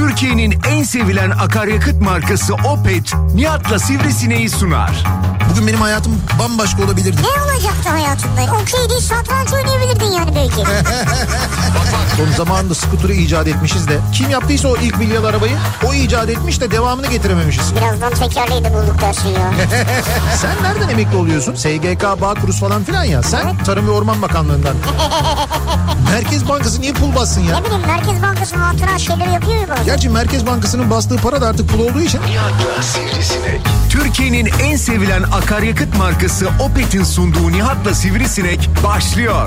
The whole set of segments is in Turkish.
Türkiye'nin en sevilen akaryakıt markası Opet, Nihat'la Sivrisineği sunar. Bugün benim hayatım bambaşka olabilirdi. Ne olacaktı hayatında? Okey değil, satranç oynayabilirdin yani belki. Son zamanında skuturu icat etmişiz de. Kim yaptıysa o ilk milyar arabayı o icat etmiş de devamını getirememişiz. Birazdan tekerleği de bulduk dersin ya. Sen nereden emekli oluyorsun? SGK, Bağkuruz falan filan ya. Sen evet. Tarım ve Orman Bakanlığı'ndan. Merkez Bankası niye pul bassın ya? Ne bileyim, Merkez Bankası hatıra şeyleri yapıyor ya bazen. Gerçi Merkez Bankası'nın bastığı para da artık pul olduğu için. Nihat'la Sivrisinek. Türkiye'nin en sevilen akaryakıt markası Opet'in sunduğu Nihat'la Sivrisinek başlıyor.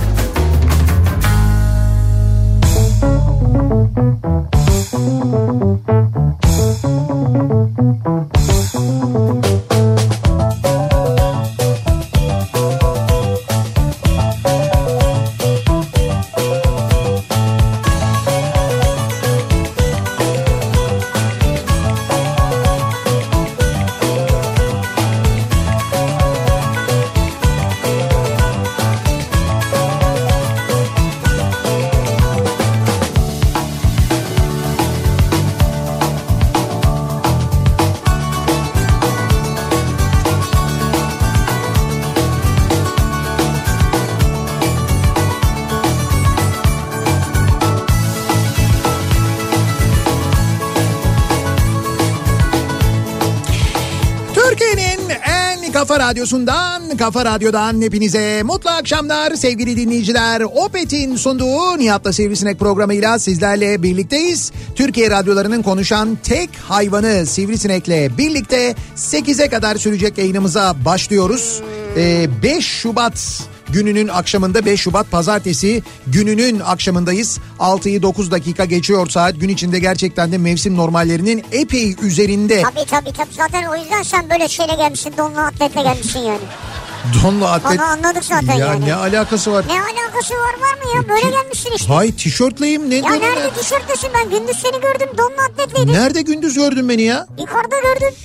Kafa Radyosu'ndan, Kafa Radyo'dan hepinize mutlu akşamlar sevgili dinleyiciler. Opet'in sunduğu Nihat'la Sivrisinek programıyla sizlerle birlikteyiz. Türkiye radyolarının konuşan tek hayvanı Sivrisinek'le birlikte 8'e kadar sürecek yayınımıza başlıyoruz. 5 Şubat gününün akşamında, 5 Şubat pazartesi gününün akşamındayız. 6'yı 9 dakika geçiyor saat. Gün içinde gerçekten de mevsim normallerinin epey üzerinde. Tabii zaten o yüzden sen böyle şeyle gelmişsin, donlu atletle gelmişsin yani. Donlu atlet. Onu anladık zaten ya yani. Ne alakası var? Ne alakası var mı ya? Böyle gelmişsin işte. Hay tişörtleyim ne? Ya nerede tişörtlesin, ben gündüz seni gördüm, donlu atletleydin. Nerede gündüz gördün beni ya? Yukarıda gördüm.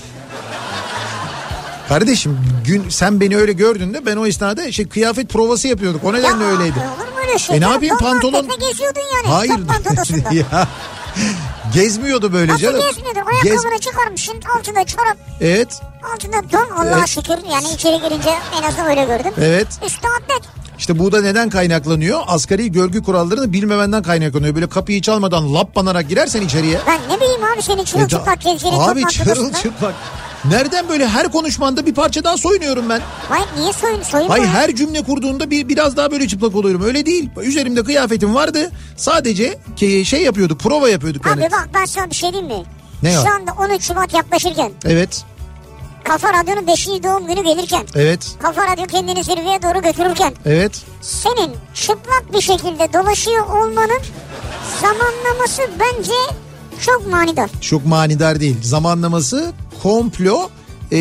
Kardeşim sen beni öyle gördün de ben o esnada kıyafet provası yapıyorduk. O nedenle ya, öyleydi. Olur mu öyle şey? Ne yapayım pantolon? Donlu geziyordun yani. Hayır. Ya, gezmiyordu böyle nasıl canım. Nasıl gezmiyordun? Ayakkabını çıkarmışsın, altında çorap. Evet. Altında don, Allah'a şükür. Yani içeri girince en azından öyle gördüm. Evet. Üstü atlet. İşte bu da neden kaynaklanıyor? Asgari görgü kurallarını bilmemenden kaynaklanıyor. Böyle kapıyı çalmadan lap banarak girersen içeriye. Ben ne bileyim abi, senin çırılçıplak gezdiğini. Abi çırılçıplak. Nereden böyle her konuşmanda bir parça daha soyunuyorum ben? Hayır, niye soyun? Hayır, her cümle kurduğunda biraz daha böyle çıplak oluyorum. Öyle değil. Üzerimde kıyafetim vardı. Sadece yapıyorduk, prova yapıyorduk. Abi yani. bak ben sana bir şey diyeyim mi? Ne Şu var? anda 13 Şubat yaklaşırken. Evet. Kafa Radyo'nun 5. doğum günü gelirken. Evet. Kafa Radyo kendini zirveye doğru götürürken. Evet. Senin çıplak bir şekilde dolaşıyor olmanın zamanlaması bence çok manidar. Çok manidar değil. Zamanlaması komplo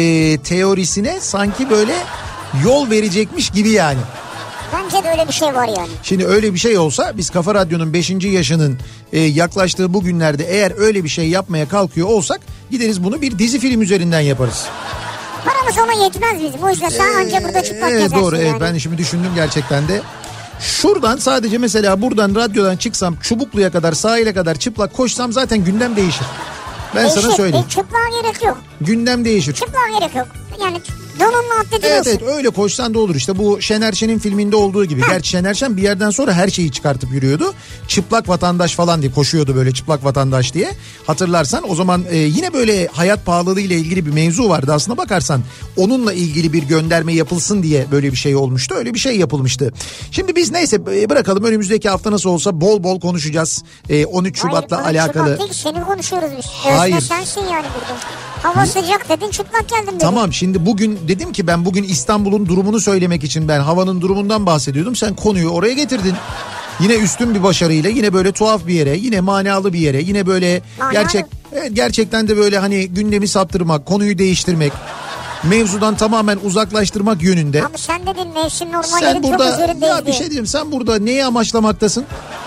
teorisine sanki böyle yol verecekmiş gibi yani. Bence de öyle bir şey var yani. Şimdi öyle bir şey olsa biz Kafa Radyo'nun 5. yaşının yaklaştığı bu günlerde eğer öyle bir şey yapmaya kalkıyor olsak gideriz bunu bir dizi film üzerinden yaparız. Paramız ona yetmez bizim. O yüzden sen anca burada çıplak gezersin. Doğru yani. evet, ben şimdi düşündüm gerçekten de. Şuradan sadece mesela buradan radyodan çıksam Çubuklu'ya kadar, sahile kadar çıplak koşsam zaten gündem değişir. Ben sana söyleyeyim. Çıplığa gerek yok. Gündem değişir. Çıplığa gerek yok. Yani donunla atletin olsun. Evet öyle koşsan da olur işte, bu Şener Şen'in filminde olduğu gibi. Gerçi Şener Şen bir yerden sonra her şeyi çıkartıp yürüyordu. Çıplak vatandaş falan diye koşuyordu, böyle çıplak vatandaş diye. Hatırlarsan o zaman yine böyle hayat pahalılığı ile ilgili bir mevzu vardı aslına bakarsan. Onunla ilgili bir gönderme yapılsın diye böyle bir şey olmuştu. Öyle bir şey yapılmıştı. Şimdi biz neyse bırakalım, önümüzdeki hafta nasıl olsa bol bol konuşacağız. 13 Şubat'la alakalı. Hayır, değil, seni konuşuyoruz biz. Hayır. Özne sensin yani burada. Hava sıcak dedin, çıplak geldin dedin. Tamam, şimdi bugün dedim ki ben bugün İstanbul'un durumunu söylemek için ben havanın durumundan bahsediyordum. Sen konuyu oraya getirdin. Yine üstün bir başarıyla, yine böyle tuhaf bir yere, yine manalı bir yere, yine böyle gerçekten de böyle hani gündemi saptırmak, konuyu değiştirmek, mevzudan tamamen uzaklaştırmak yönünde. Ama sen dedin mevsim normallerin çok üzerindeyiz. Ya bir şey diyeyim, sen burada neyi amaçlamaktasın?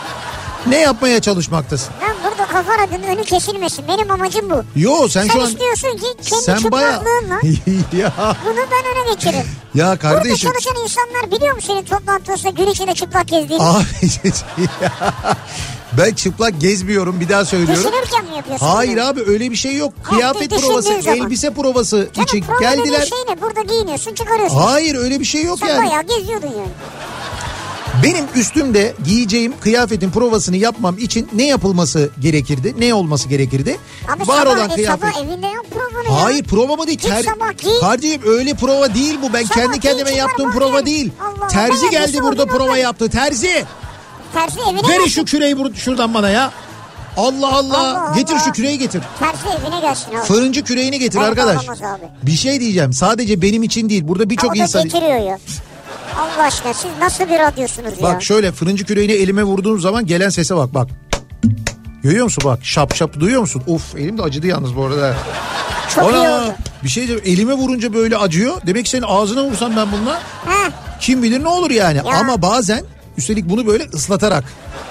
Ne yapmaya çalışmaktasın? Ben burada Kafa Radyo'nun önü kesilmesin. Benim amacım bu. Yo sen şu an... Sen istiyorsun ki kendi çıplaklığınla bunu ben öne geçiririm. Ya kardeşim. Burada çalışan insanlar biliyor mu senin toplantıda gün içinde çıplak gezdiğini? Abi Ben çıplak gezmiyorum, bir daha söylüyorum. Düşünürken mi yapıyorsun? Hayır abi, öyle bir şey yok. Kıyafet provası, elbise provası için geldiler. Şey ne? Burada giyiniyorsun, çıkarıyorsun. Hayır, öyle bir şey yok. Sen yani. Sen bayağı geziyordun yani. Benim üstümde giyeceğim kıyafetin provasını yapmam için ne yapılması gerekirdi? Ne olması gerekirdi? Abi var sabah, olan kıyafet. Sabah evinde yap provanı ya. Hayır, prova mı değil? Kardeşim öyle prova değil bu. Ben sabah kendi kendime yaptığım prova yani. Değil. Allah terzi Allah, geldi burada prova yaptı. Terzi evine ver şu küreği şuradan bana ya. Allah Allah. Getir şu küreği getir. Terzi evine gelsin abi. Fırıncı küreğini getir arkadaş. Bir şey diyeceğim. Sadece benim için değil. Burada birçok insan. Getiriyor ya. Allah aşkına siz nasıl bir radyosunuz ya? Bak şöyle, fırıncı küreğini elime vurduğum zaman gelen sese bak. Görüyor musun bak? Şap şap duyuyor musun? Of, elim de acıdı yalnız bu arada. Çok iyi oldu. Bir şey diyeceğim, elime vurunca böyle acıyor. Demek ki senin ağzına vursam ben bununla. He. Kim bilir ne olur yani. Ya. Ama bazen üstelik bunu böyle ıslatarak.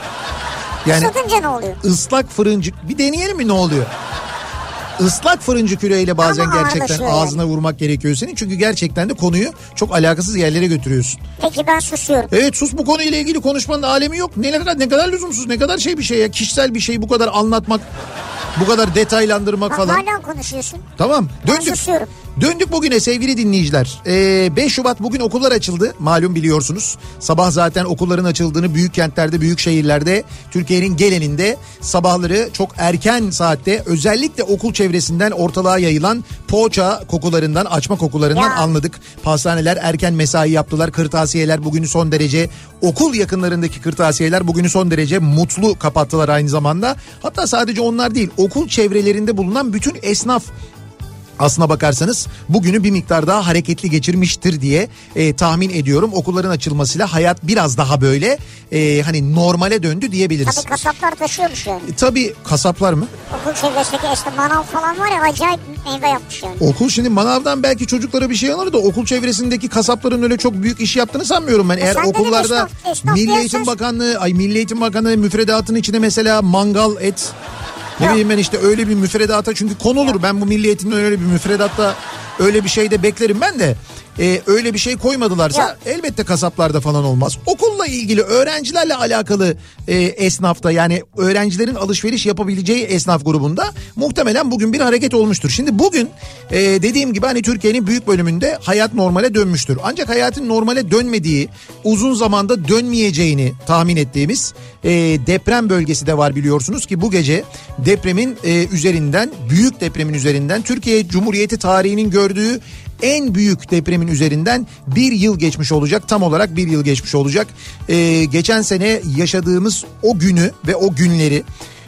Yani ıslatınca ne oluyor? Islak fırıncı, bir deneyelim mi ne oluyor? Islak fırıncı küreğiyle bazen ama gerçekten ağzına vurmak gerekiyor senin. Çünkü gerçekten de konuyu çok alakasız yerlere götürüyorsun. Peki ben susuyorum. Evet, sus, bu konuyla ilgili konuşmanın alemi yok. Ne kadar lüzumsuz, ne kadar bir şey ya. Kişisel bir şeyi bu kadar anlatmak, bu kadar detaylandırmak falan. Hala konuşuyorsun. Tamam, döndük. Ben susuyorum. Döndük bugüne sevgili dinleyiciler. 5 Şubat bugün okullar açıldı. Malum biliyorsunuz. Sabah zaten okulların açıldığını büyük kentlerde, büyük şehirlerde, Türkiye'nin genelinde sabahları çok erken saatte özellikle okul çevresinden ortalığa yayılan poğaça kokularından, açma kokularından anladık. Pastaneler erken mesai yaptılar. Kırtasiyeler bugünü son derece, okul yakınlarındaki kırtasiyeler bugünü son derece mutlu kapattılar aynı zamanda. Hatta sadece onlar değil, okul çevrelerinde bulunan bütün esnaf aslına bakarsanız bugünü bir miktar daha hareketli geçirmiştir diye tahmin ediyorum. Okulların açılmasıyla hayat biraz daha böyle hani normale döndü diyebiliriz. Tabii kasaplar taşıyormuş yani. Tabii kasaplar mı? Okul çevresindeki işte manav falan var ya, acayip meyve yapmış yani. Okul şimdi manavdan belki çocuklara bir şey alır da okul çevresindeki kasapların öyle çok büyük iş yaptığını sanmıyorum ben. Eğer okullarda Milli Eğitim Bakanlığı müfredatının içine mesela mangal et... Ne bileyim ben işte öyle bir müfredata, çünkü konulur. Ben bu Milli Eğitim'den öyle bir müfredatta öyle bir şey de beklerim ben de. Öyle bir şey koymadılarsa elbette kasaplarda falan olmaz. Okulla ilgili, öğrencilerle alakalı esnafta, yani öğrencilerin alışveriş yapabileceği esnaf grubunda muhtemelen bugün bir hareket olmuştur. Şimdi bugün dediğim gibi hani Türkiye'nin büyük bölümünde hayat normale dönmüştür. Ancak hayatın normale dönmediği, uzun zamanda dönmeyeceğini tahmin ettiğimiz deprem bölgesi de var biliyorsunuz ki bu gece depremin üzerinden, büyük depremin üzerinden, Türkiye Cumhuriyeti tarihinin gördüğü en büyük depremin üzerinden bir yıl geçmiş olacak. Tam olarak bir yıl geçmiş olacak. Geçen sene yaşadığımız o günü ve o günleri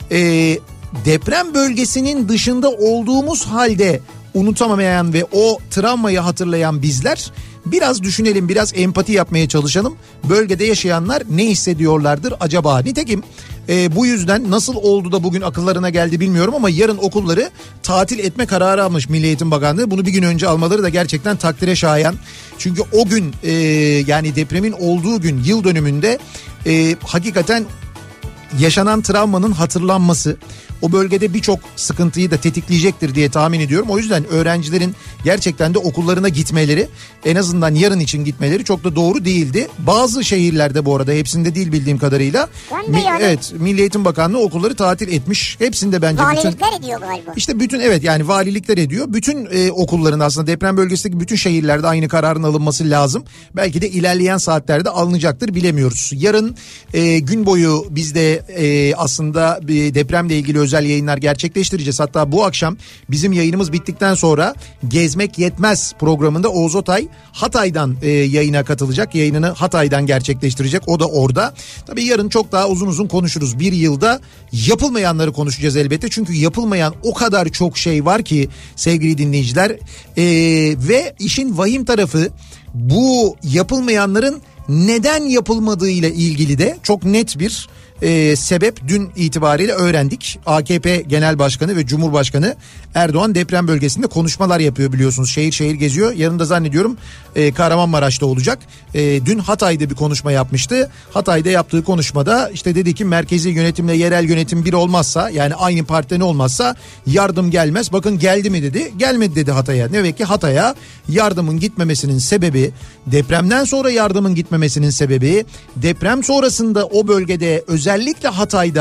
deprem bölgesinin dışında olduğumuz halde unutamayan ve o travmayı hatırlayan bizler biraz düşünelim, biraz empati yapmaya çalışalım. Bölgede yaşayanlar ne hissediyorlardır acaba? Nitekim bu yüzden nasıl oldu da bugün akıllarına geldi bilmiyorum ama yarın okulları tatil etme kararı almış Milli Eğitim Bakanlığı. Bunu bir gün önce almaları da gerçekten takdire şayan. Çünkü o gün yani depremin olduğu gün, yıl dönümünde hakikaten yaşanan travmanın hatırlanması o bölgede birçok sıkıntıyı da tetikleyecektir diye tahmin ediyorum. O yüzden öğrencilerin gerçekten de okullarına gitmeleri, en azından yarın için gitmeleri çok da doğru değildi. Bazı şehirlerde, bu arada hepsinde değil bildiğim kadarıyla. Evet, Milli Eğitim Bakanlığı okulları tatil etmiş. Hepsinde bence valilikler ediyor galiba. İşte bütün, evet yani valilikler ediyor. Bütün okulların, aslında deprem bölgesindeki bütün şehirlerde aynı kararın alınması lazım. Belki de ilerleyen saatlerde alınacaktır, bilemiyoruz. Yarın gün boyu biz de aslında depremle ilgili özel yayınlar gerçekleştireceğiz. Hatta bu akşam bizim yayınımız bittikten sonra Gezmek Yetmez programında Oğuz Otay Hatay'dan yayına katılacak. Yayınını Hatay'dan gerçekleştirecek. O da orada. Tabii yarın çok daha uzun uzun konuşuruz. Bir yılda yapılmayanları konuşacağız elbette. Çünkü yapılmayan o kadar çok şey var ki sevgili dinleyiciler. Ve işin vahim tarafı, bu yapılmayanların neden yapılmadığıyla ilgili de çok net bir sebep dün itibariyle öğrendik. AKP Genel Başkanı ve Cumhurbaşkanı Erdoğan deprem bölgesinde konuşmalar yapıyor biliyorsunuz. Şehir şehir geziyor. Yarın da zannediyorum Kahramanmaraş'ta olacak. Dün Hatay'da bir konuşma yapmıştı. Hatay'da yaptığı konuşmada işte dedi ki merkezi yönetimle yerel yönetim bir olmazsa, yani aynı partiden olmazsa yardım gelmez. Bakın geldi mi dedi. Gelmedi dedi Hatay'a. Demek ki Hatay'a yardımın gitmemesinin sebebi, depremden sonra yardımın gitmemesinin sebebi, deprem sonrasında o bölgede özellikle Hatay'da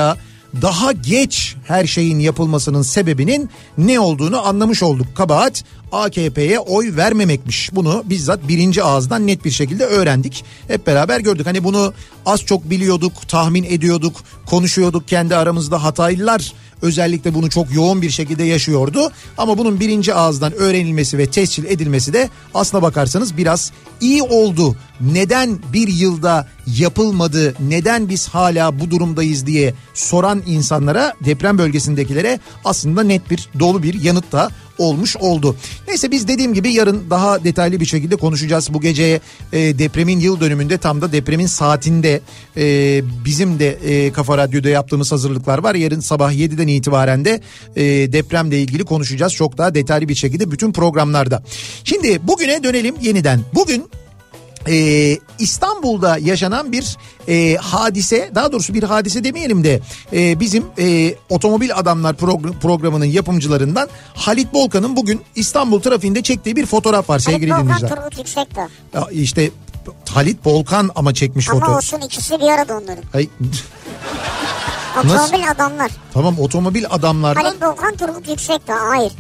daha geç her şeyin yapılmasının sebebinin ne olduğunu anlamış olduk. Kabahat AKP'ye oy vermemekmiş. Bunu bizzat birinci ağızdan net bir şekilde öğrendik. Hep beraber gördük. Hani bunu az çok biliyorduk, tahmin ediyorduk, konuşuyorduk kendi aramızda. Hataylılar özellikle bunu çok yoğun bir şekilde yaşıyordu. Ama bunun birinci ağızdan öğrenilmesi ve tescil edilmesi de aslına bakarsanız biraz iyi oldu. Neden bir yılda yapılmadı, neden biz hala bu durumdayız diye soran insanlara, deprem bölgesindekilere aslında net bir, dolu bir yanıt da olmuş oldu. Neyse biz dediğim gibi yarın daha detaylı bir şekilde konuşacağız. Bu gece depremin yıl dönümünde, tam da depremin saatinde bizim de Kafa Radyo'da yaptığımız hazırlıklar var. Yarın sabah 7'den itibaren de depremle ilgili konuşacağız. Çok daha detaylı bir şekilde bütün programlarda. Şimdi bugüne dönelim yeniden. Bugün İstanbul'da yaşanan bir hadise, daha doğrusu bir hadise demeyelim de bizim Otomobil Adamlar programının yapımcılarından Halit Bolkan'ın bugün İstanbul trafiğinde çektiği bir fotoğraf var sevgili dinleyiciler. Halit Bolkan, Turgut Yüksekdağ. İşte Halit Bolkan ama çekmiş fotoğraf. Ama olsun, ikisi bir arada onların. Nasıl? Otomobil Adamlar. Tamam, Otomobil Adamlardan. Halit Bolkan, Turgut Yüksekdağ, hayır.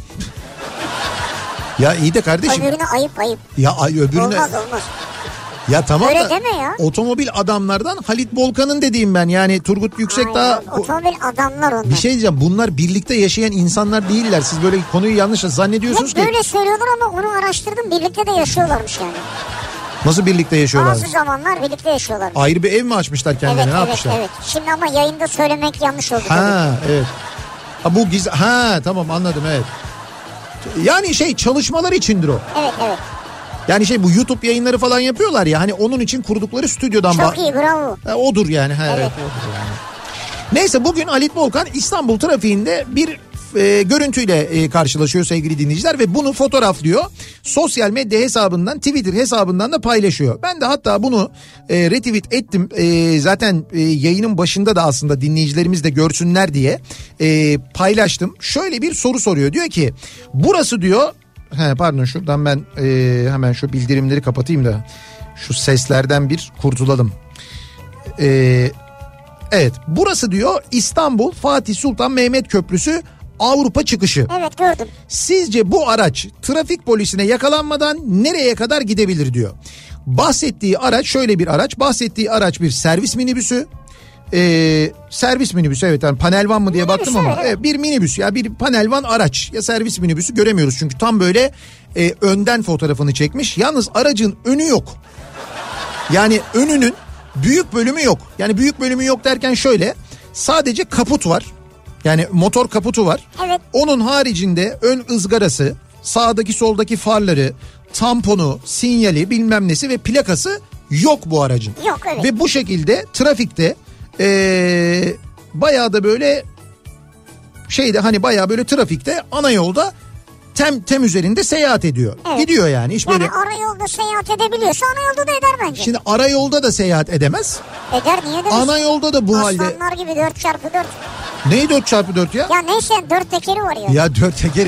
Ya iyi de kardeşim. Öbürüne ayıp. Ya öbürüne. Olmaz. Ya tamam öyle da deme ya. Otomobil Adamlardan Halit Bolkan'ın dediğim ben, yani Turgut Yüksekdağ. Otomobil Adamlar onlar. Bir şey diyeceğim, bunlar birlikte yaşayan insanlar değiller. Siz böyle konuyu yanlış zannediyorsunuz ki. Böyle söylüyorlar ama onu araştırdım, birlikte de yaşıyorlarmış yani. Nasıl birlikte yaşıyorlar? Bazı zamanlar birlikte yaşıyorlar. Ayrı bir ev mi açmışlar kendilerine, ne yapmışlar? Evet. Şimdi ama yayında söylemek yanlış oldu. Ha tabii. Evet. Ha, bu tamam anladım, evet. Yani çalışmalar içindir o. Evet. Yani bu YouTube yayınları falan yapıyorlar ya, hani onun için kurdukları stüdyodan. Çok iyi, bravo. Odur yani. Evet odur yani. Neyse bugün Halit Bolkan İstanbul trafiğinde bir görüntüyle karşılaşıyor sevgili dinleyiciler ve bunu fotoğraflıyor. Sosyal medya hesabından, Twitter hesabından da paylaşıyor. Ben de hatta bunu retweet ettim. Zaten yayının başında da aslında dinleyicilerimiz de görsünler diye paylaştım. Şöyle bir soru soruyor. Diyor ki burası diyor, pardon şuradan ben hemen şu bildirimleri kapatayım da şu seslerden bir kurtulalım. Evet, burası diyor İstanbul Fatih Sultan Mehmet Köprüsü Avrupa çıkışı. Evet, gördüm. Sizce bu araç trafik polisine yakalanmadan nereye kadar gidebilir diyor. Bahsettiği araç şöyle bir araç. Bahsettiği araç bir servis minibüsü. Servis minibüsü, evet, yani panel van mı diye minibüs, baktım ama evet, bir minibüs ya, bir panel van araç ya servis minibüsü göremiyoruz çünkü tam böyle önden fotoğrafını çekmiş. Yalnız aracın önü yok. Yani önünün büyük bölümü yok. Yani büyük bölümü yok derken şöyle, sadece kaput var. Yani motor kaputu var. Evet. Onun haricinde ön ızgarası, sağdaki soldaki farları, tamponu, sinyali, bilmem nesi ve plakası yok bu aracın. Yok, evet. Ve bu şekilde trafikte bayağı da böyle hani bayağı böyle trafikte ana yolda tem üzerinde seyahat ediyor. Evet. Gidiyor yani. Hiç yani böyle... ara yolda seyahat edebiliyorsa ana yolda da eder bence. Şimdi ara yolda da seyahat edemez. Eder, niye edemez? Ana yolda da bu halde. Aslanlar gibi 4x4. Neyi 4x4 ya? Ya neyse, 4 tekeri var ya. Ya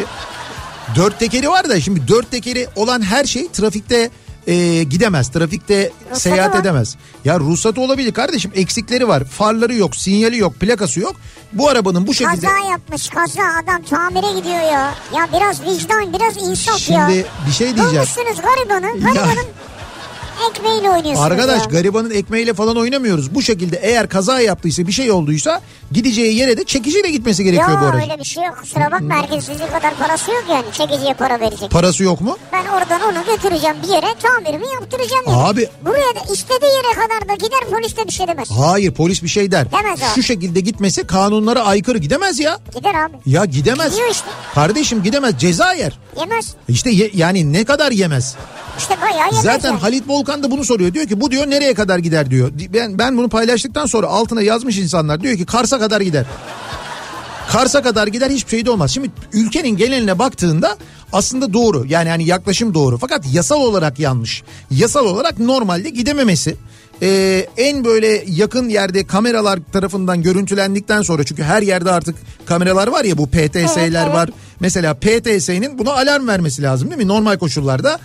4 tekeri var da şimdi 4 tekeri olan her şey trafikte gidemez. Trafikte ruhsatı seyahat edemez. Ya ruhsatı olabilir kardeşim, eksikleri var. Farları yok, sinyali yok, plakası yok. Bu arabanın bu şekilde... Kaza yapmış, adam tamire gidiyor ya. Ya biraz vicdan, biraz insaf şimdi ya. Şimdi bir şey diyeceğim. Bulmuşsunuz garibanın ekmeğiyle oynuyorsunuz. Arkadaş ya. Garibanın ekmeğiyle falan oynamıyoruz. Bu şekilde eğer kaza yaptıysa, bir şey olduysa gideceği yere de çekiciyle gitmesi gerekiyor bu aracın. Yok öyle bir şey yok, kusura bakma, herkes sizin kadar parası yok yani, çekiciye para verecek. Parası yok mu? Ben oradan onu götüreceğim bir yere, tamirimi yaptıracağım. Yani. Abi. Buraya da istediği yere kadar da gider, polis de bir şey demez. Hayır, polis bir şey der. Demez abi. Şu şekilde gitmesi kanunlara aykırı, gidemez ya. Gider abi. Ya gidemez. Gidiyor işte. Kardeşim gidemez, ceza yer. Yemez. İşte yani ne kadar yemez. İşte bayağı yemez. Zaten yani. Halit Bolkan da bunu soruyor. Diyor ki bu diyor nereye kadar gider diyor. Ben bunu paylaştıktan sonra altına yazmış insanlar. Diyor ki Kars'a kadar gider. Kars'a kadar gider, hiçbir şey de olmaz. Şimdi ülkenin geneline baktığında aslında doğru. Yani hani yaklaşım doğru. Fakat yasal olarak yanlış. Yasal olarak normalde gidememesi. En böyle yakın yerde kameralar tarafından görüntülendikten sonra, çünkü her yerde artık kameralar var ya, bu PTS'ler evet. var. Mesela PTS'nin buna alarm vermesi lazım değil mi? Normal koşullarda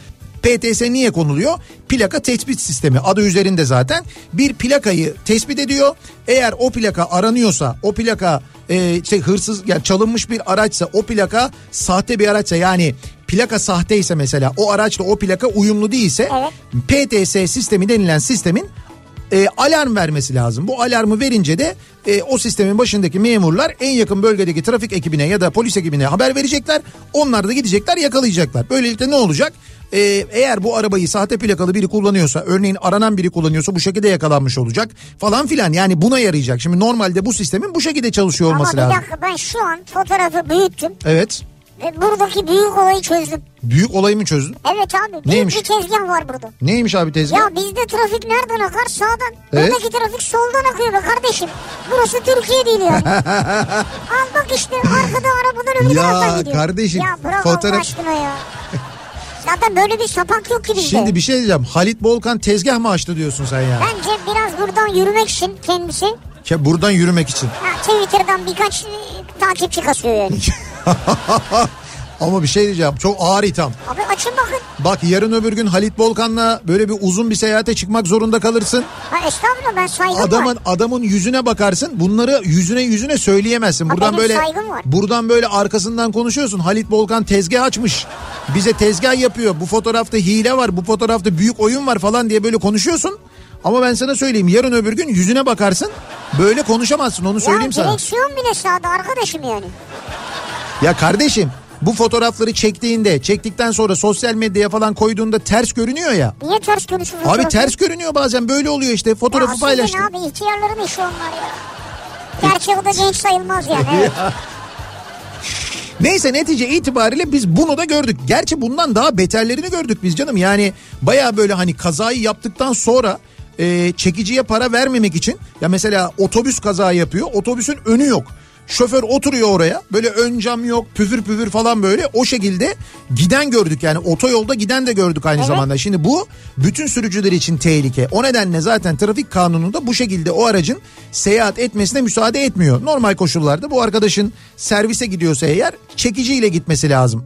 PTS niye konuluyor? Plaka tespit sistemi, adı üzerinde zaten. Bir plakayı tespit ediyor. Eğer o plaka aranıyorsa, o plaka hırsız, yani çalınmış bir araçsa, o plaka sahte bir araçsa, yani plaka sahteyse mesela, o araçla o plaka uyumlu değilse, evet, PTS sistemi denilen sistemin alarm vermesi lazım. Bu alarmı verince de o sistemin başındaki memurlar en yakın bölgedeki trafik ekibine ya da polis ekibine haber verecekler. Onlar da gidecekler, yakalayacaklar. Böylelikle ne olacak? Eğer bu arabayı sahte plakalı biri kullanıyorsa, örneğin aranan biri kullanıyorsa, bu şekilde yakalanmış olacak falan filan. Yani buna yarayacak. Şimdi normalde bu sistemin bu şekilde çalışıyor olması lazım. Ama bir dakika, ben şu an fotoğrafı büyüttüm. Evet. Ve buradaki büyük olayı çözdüm. Büyük olayı mı çözdün? Evet abi. Büyük neymiş? Bir tezgah var burada. Neymiş abi tezgah? Ya bizde trafik nereden akar? Sağdan. Evet. Buradaki trafik soldan akıyor be kardeşim. Burası Türkiye değil yani. Al bak işte, arkada arabalar önüne akar gidiyor. Ya kardeşim. Ya bırak Allah aşkına ya. Zaten böyle bir sapak yok ki bizde. Şimdi bir şey diyeceğim. Halit Bolkan tezgah mı açtı diyorsun sen ya? Bence biraz buradan yürümek için kendisi. Buradan yürümek için. Twitter'dan birkaç takipçi kasıyor yani. Ama bir şey diyeceğim, çok ağır itham. Abi açın bakın. Bak, yarın öbür gün Halit Bolkan'la böyle bir uzun bir seyahate çıkmak zorunda kalırsın. Ha estağfurullah, ben saygım var. Adamın yüzüne bakarsın, bunları yüzüne söyleyemezsin. Buradan böyle arkasından konuşuyorsun. Halit Bolkan tezgah açmış, bize tezgah yapıyor, bu fotoğrafta hile var, bu fotoğrafta büyük oyun var falan diye böyle konuşuyorsun. Ama ben sana söyleyeyim, yarın öbür gün yüzüne bakarsın, böyle konuşamazsın, onu söyleyeyim sana. Ya direksiyon bile sağda arkadaşım yani. Ya kardeşim, bu fotoğrafları çektikten sonra sosyal medyaya falan koyduğunda ters görünüyor ya. Niye ters görünsün? Abi ters görünüyor bazen, böyle oluyor işte, fotoğrafı paylaştım. Ya abi, ihtiyarların işi onlar ya. Gerçi o da genç sayılmaz yani. Evet. Neyse, netice itibariyle biz bunu da gördük. Gerçi bundan daha beterlerini gördük biz canım. Yani baya böyle hani kazayı yaptıktan sonra çekiciye para vermemek için, ya mesela otobüs kaza yapıyor, otobüsün önü yok. Şoför oturuyor oraya, böyle ön cam yok, püfür falan, böyle o şekilde giden gördük, yani otoyolda giden de gördük aynı zamanda. Şimdi bu bütün sürücüler için tehlike. O nedenle zaten trafik kanununda bu şekilde o aracın seyahat etmesine müsaade etmiyor. Normal koşullarda bu arkadaşın servise gidiyorsa eğer, çekiciyle gitmesi lazım.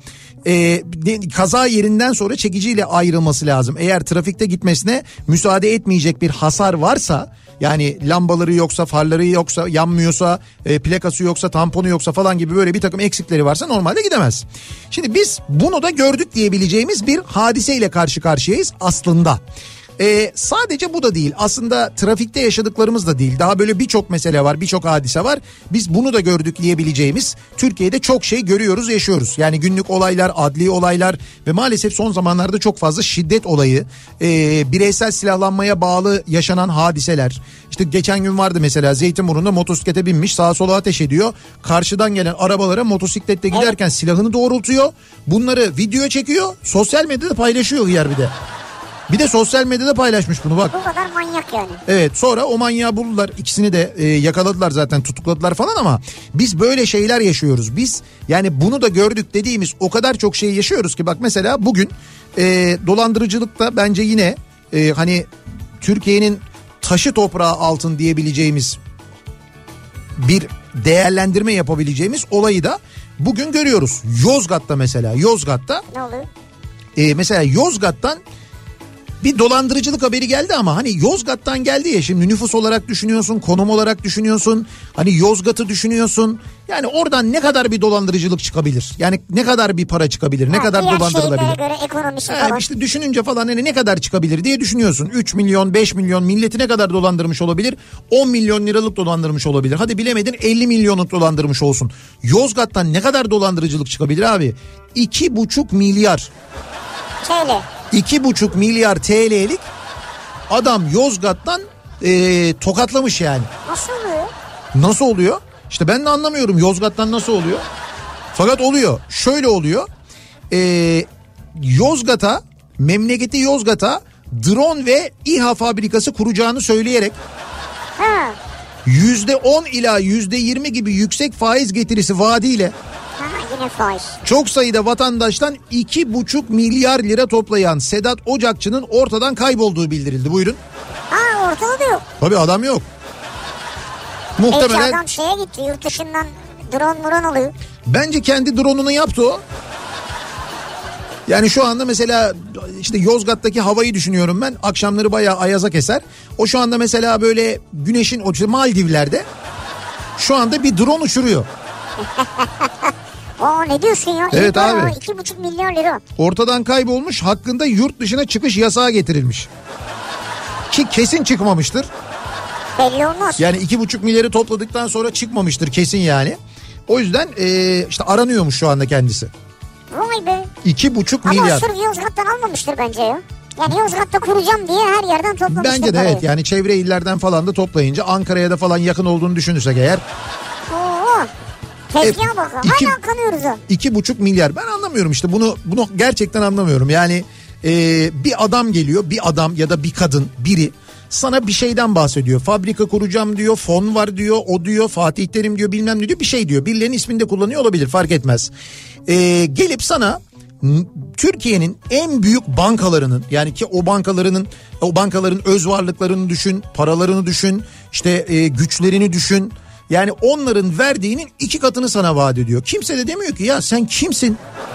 Kaza yerinden sonra çekiciyle ayrılması lazım. Eğer trafikte gitmesine müsaade etmeyecek bir hasar varsa, yani lambaları yoksa, farları yoksa, yanmıyorsa, plakası yoksa, tamponu yoksa falan gibi böyle bir takım eksikleri varsa normalde gidemez. Şimdi biz bunu da gördük diyebileceğimiz bir hadiseyle karşı karşıyayız aslında. Sadece bu da değil, aslında trafikte yaşadıklarımız da değil, daha böyle birçok mesele var, birçok hadise var. Biz bunu da gördük diyebileceğimiz, Türkiye'de çok şey görüyoruz, yaşıyoruz. Yani günlük olaylar, adli olaylar ve maalesef son zamanlarda çok fazla şiddet olayı, bireysel silahlanmaya bağlı yaşanan hadiseler. İşte geçen gün vardı mesela, Zeytinburnu'nda motosiklete binmiş, sağa sola ateş ediyor. Karşıdan gelen arabalara motosikletle giderken silahını doğrultuyor. Bunları video çekiyor, sosyal medyada paylaşıyor yer bir de. Bir de sosyal medyada paylaşmış bunu, bak. Bu kadar manyak yani. Evet, sonra o manyağı buldular. İkisini de yakaladılar zaten, tutukladılar falan, ama biz böyle şeyler yaşıyoruz. Biz yani bunu da gördük dediğimiz o kadar çok şey yaşıyoruz ki, bak mesela bugün dolandırıcılıkta bence yine hani Türkiye'nin taşı toprağı altın diyebileceğimiz bir değerlendirme yapabileceğimiz olayı da bugün görüyoruz. Yozgat'ta mesela, Yozgat'ta. Ne oluyor? Mesela Yozgat'tan bir dolandırıcılık haberi geldi, ama hani Yozgat'tan geldi ya, şimdi nüfus olarak düşünüyorsun, konum olarak düşünüyorsun, hani Yozgat'ı düşünüyorsun. Yani oradan ne kadar bir dolandırıcılık çıkabilir? Yani ne kadar bir para çıkabilir? Ne kadar dolandırılabilir? Göre ekonomisi falan. İşte düşününce falan hani ne kadar çıkabilir diye düşünüyorsun. 3 milyon, 5 milyon milleti ne kadar dolandırmış olabilir? 10 milyon liralık dolandırmış olabilir. Hadi bilemedin 50 milyonluk dolandırmış olsun. Yozgat'tan ne kadar dolandırıcılık çıkabilir abi? 2,5 milyar. TL. 2,5 milyar TL'lik adam Yozgat'tan tokatlamış yani. Nasıl oluyor? Nasıl oluyor? İşte ben de anlamıyorum Yozgat'tan nasıl oluyor. Fakat oluyor. Şöyle oluyor. Yozgat'a, memleketi Yozgat'a drone ve İHA fabrikası kuracağını söyleyerek %10 ila %20 gibi yüksek faiz getirisi vaadiyle yine faiz. çok sayıda vatandaştan 2,5 milyar lira toplayan Sedat Ocakçı'nın ortadan kaybolduğu bildirildi. Buyurun. Ortada da yok. Tabii adam yok. Muhtemelen. Adam şeye gitti, yurt dışından drone alıyor. Bence kendi drone'unu yaptı o. Yani şu anda mesela işte Yozgat'taki havayı düşünüyorum ben. Akşamları bayağı ayaza keser. O şu anda mesela böyle güneşin o işte Maldivler'de şu anda bir drone uçuruyor. Aa, ne diyorsun ya? Evet abi. 2,5 milyar lira. Ortadan kaybolmuş, hakkında yurt dışına çıkış yasağı getirilmiş. Ki kesin çıkmamıştır. Belli olmaz. Yani 2,5 milyarı topladıktan sonra çıkmamıştır kesin yani. O yüzden işte aranıyormuş şu anda kendisi. Vay be. 2,5 milyar. milyar. Ama sırf Yozgat'tan almamıştır bence ya. Yani Yozgat'ta kuracağım diye her yerden toplamıştır. Bence de parayı. evet, yani çevre illerden falan da toplayınca Ankara'ya da falan yakın olduğunu düşünürsek eğer. Oo. Tezgaha bakın. Hala kanıyoruz o. 2,5 milyar. Ben anlamıyorum işte bunu gerçekten anlamıyorum. Yani bir adam geliyor, bir adam ya da bir kadın, biri sana bir şeyden bahsediyor. Fabrika kuracağım diyor, fon var diyor, o diyor, Fatih Terim diyor, bilmem ne diyor, bir şey diyor. Birilerinin ismini de kullanıyor olabilir, fark etmez. Gelip sana Türkiye'nin en büyük bankalarının, yani ki o bankaların öz varlıklarını düşün, paralarını düşün, işte güçlerini düşün. Yani onların verdiğinin 2 katını sana vaat ediyor. Kimse de demiyor ki ya sen kimsin?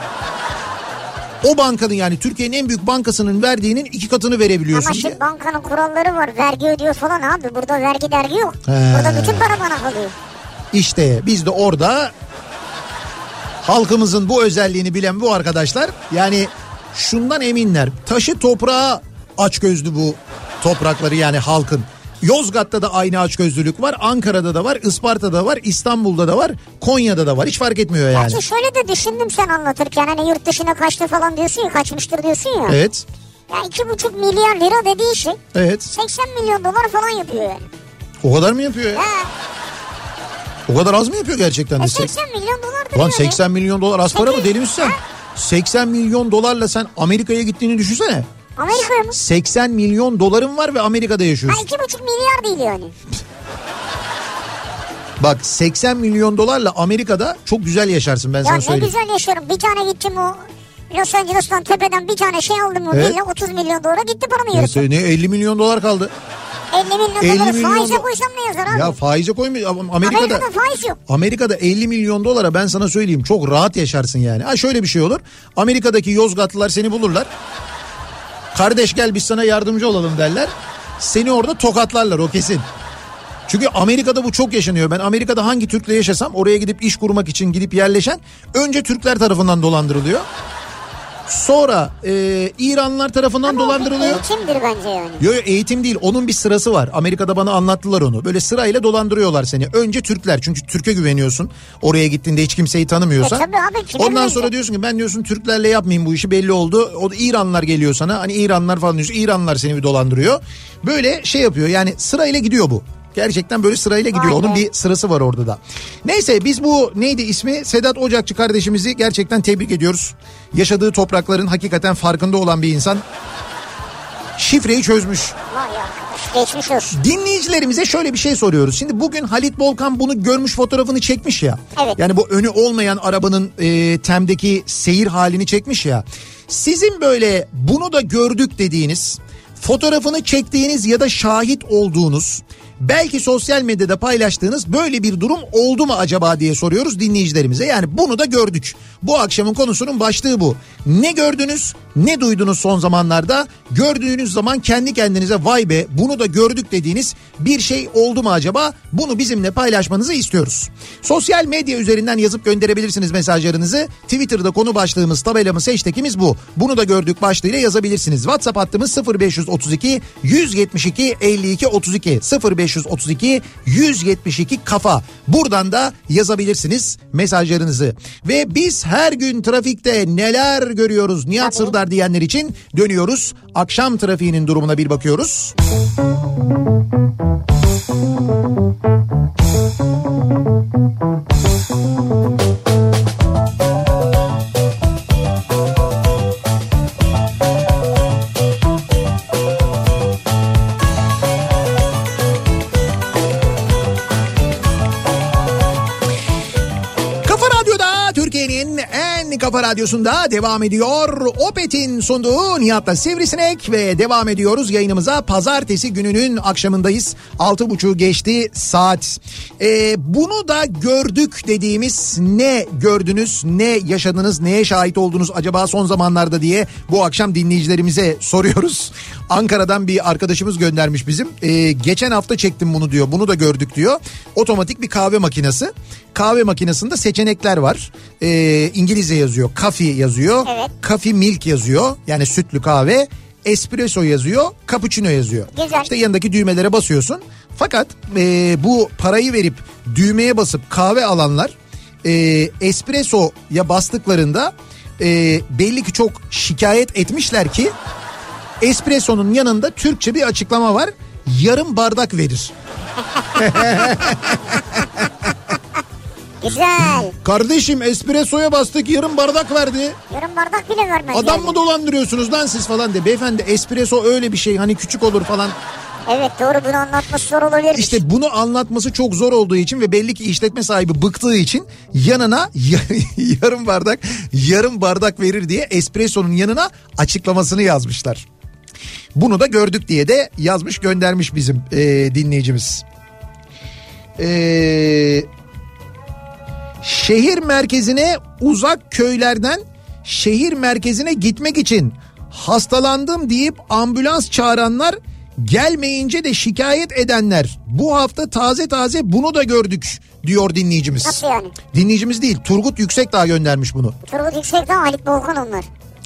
O bankanın, yani Türkiye'nin en büyük bankasının verdiğinin 2 katını verebiliyorsun. Ama şimdi bankanın kuralları var. Vergi ödüyor falan abi. Burada vergi dergi yok. Burada bütün para bana kalıyor. İşte biz de orada halkımızın bu özelliğini bilen bu arkadaşlar yani şundan eminler. Taşı toprağa açgözlü bu toprakları, yani halkın. Yozgat'ta da aynı açgözlülük var. Ankara'da da var, Isparta'da var, İstanbul'da da var, Konya'da da var. Hiç fark etmiyor yani. Gerçi şöyle de düşündüm sen anlatırken, hani yurt dışına kaçtı falan diyorsun ya, kaçmıştır diyorsun ya. Evet. Ya 2,5 milyar lira dediği şey. Evet. 80 milyon dolar falan yapıyor yani. O kadar mı yapıyor ya? He. O kadar az mı yapıyor gerçekten de? 80 milyon dolardır. Ulan 80 milyon dolar az para mı, deli misin sen? 80 milyon dolarla sen Amerika'ya gittiğini düşünsene. Amerika'ya mı? 80 milyon doların var ve Amerika'da yaşıyorsun. 2,5 milyar değil yani. Bak 80 milyon dolarla Amerika'da çok güzel yaşarsın, ben sana söyleyeyim. Ya ne güzel yaşarım. Bir tane gittim o Los Angeles'tan tepeden bir tane şey aldım. Evet. Villa 30 milyon dolara gitti, paramı yürüttüm. Ne 50 milyon dolar kaldı. 50 milyon doları faize koysam ne yazar abi? Ya faize koymuyor. Amerika'da faiz yok. Amerika'da 50 milyon dolara ben sana söyleyeyim çok rahat yaşarsın yani. Ha şöyle bir şey olur. Amerika'daki Yozgatlılar seni bulurlar. Kardeş gel biz sana yardımcı olalım derler. Seni orada tokatlarlar, o kesin. Çünkü Amerika'da bu çok yaşanıyor. Ben Amerika'da hangi Türk'le yaşasam oraya gidip iş kurmak için gidip yerleşen önce Türkler tarafından dolandırılıyor. Sonra İranlılar tarafından ama dolandırılıyor. Eğitimdir bence yani. Yok eğitim değil, onun bir sırası var. Amerika'da bana anlattılar onu. Böyle sırayla dolandırıyorlar seni. Önce Türkler, çünkü Türk'e güveniyorsun. Oraya gittiğinde hiç kimseyi tanımıyorsan. Tabii abi, ondan sonra diyorsun ki ben diyorsun Türklerle yapmayayım bu işi, belli oldu. O da İranlılar geliyor sana. Hani İranlılar falan diyorsun. İranlılar seni bir dolandırıyor. Böyle şey yapıyor yani, sırayla gidiyor bu. Gerçekten böyle sırayla gidiyor. Onun bir sırası var orada da. Neyse biz bu neydi ismi? Sedat Ocakçı kardeşimizi gerçekten tebrik ediyoruz. Yaşadığı toprakların hakikaten farkında olan bir insan. Şifreyi çözmüş. Vay arkadaş, geçmiş olsun. Dinleyicilerimize şöyle bir şey soruyoruz. Şimdi bugün Halit Volkan bunu görmüş, fotoğrafını çekmiş ya. Evet. Yani bu önü olmayan arabanın Tem'deki seyir halini çekmiş ya. Sizin böyle bunu da gördük dediğiniz, fotoğrafını çektiğiniz ya da şahit olduğunuz, belki sosyal medyada paylaştığınız böyle bir durum oldu mu acaba diye soruyoruz dinleyicilerimize. Yani bunu da gördük. Bu akşamın konusunun başlığı bu. Ne gördünüz, ne duydunuz son zamanlarda? Gördüğünüz zaman kendi kendinize vay be bunu da gördük dediğiniz bir şey oldu mu acaba? Bunu bizimle paylaşmanızı istiyoruz. Sosyal medya üzerinden yazıp gönderebilirsiniz mesajlarınızı. Twitter'da konu başlığımız, tabelamız, hashtagimiz bu. Bunu da gördük başlığıyla yazabilirsiniz. WhatsApp hattımız 0532 172 52 32 0532 172 kafa. Buradan da yazabilirsiniz mesajlarınızı. Ve biz her gün trafikte neler görüyoruz Nihat Sırdar diyenler için dönüyoruz. Akşam trafiğinin durumuna bir bakıyoruz. Türkiye'nin en kafa radyosunda devam ediyor. Opet'in sunduğu Nihat'la Sivrisinek ve devam ediyoruz yayınımıza. Pazartesi gününün akşamındayız. 6.30 geçti saat. Bunu da gördük dediğimiz, ne gördünüz, ne yaşadınız, neye şahit oldunuz acaba son zamanlarda diye bu akşam dinleyicilerimize soruyoruz. Ankara'dan bir arkadaşımız göndermiş bizim. Geçen hafta çektim bunu diyor. Bunu da gördük diyor. Otomatik bir kahve makinesi. Kahve makinesinde seçenekler var. İngilizce yazıyor. Coffee yazıyor. Evet. Coffee milk yazıyor. Yani sütlü kahve. Espresso yazıyor. Cappuccino yazıyor. Güzel. İşte yanındaki düğmelere basıyorsun. Fakat bu parayı verip düğmeye basıp kahve alanlar espresso'ya bastıklarında belli ki çok şikayet etmişler ki espresso'nun yanında Türkçe bir açıklama var. Yarım bardak verir. Güzel. Kardeşim espressoya bastık, yarım bardak verdi. Yarım bardak bile vermez. Adam yani. mı dolandırıyorsunuz lan siz falan de. Beyefendi espresso öyle bir şey, hani küçük olur falan. Evet doğru, bunu anlatması zor olabilir. İşte bunu anlatması çok zor olduğu için ve belli ki işletme sahibi bıktığı için yanına yarım bardak verir diye espresso'nun yanına açıklamasını yazmışlar. Bunu da gördük diye de yazmış, göndermiş bizim dinleyicimiz. Şehir merkezine uzak köylerden şehir merkezine gitmek için hastalandım deyip ambulans çağıranlar, gelmeyince de şikayet edenler. Bu hafta taze bunu da gördük diyor dinleyicimiz. Nasıl yani? Dinleyicimiz değil, Turgut Yüksekdağ göndermiş bunu. Turgut Yüksekdağ, Halit Volkan onlar.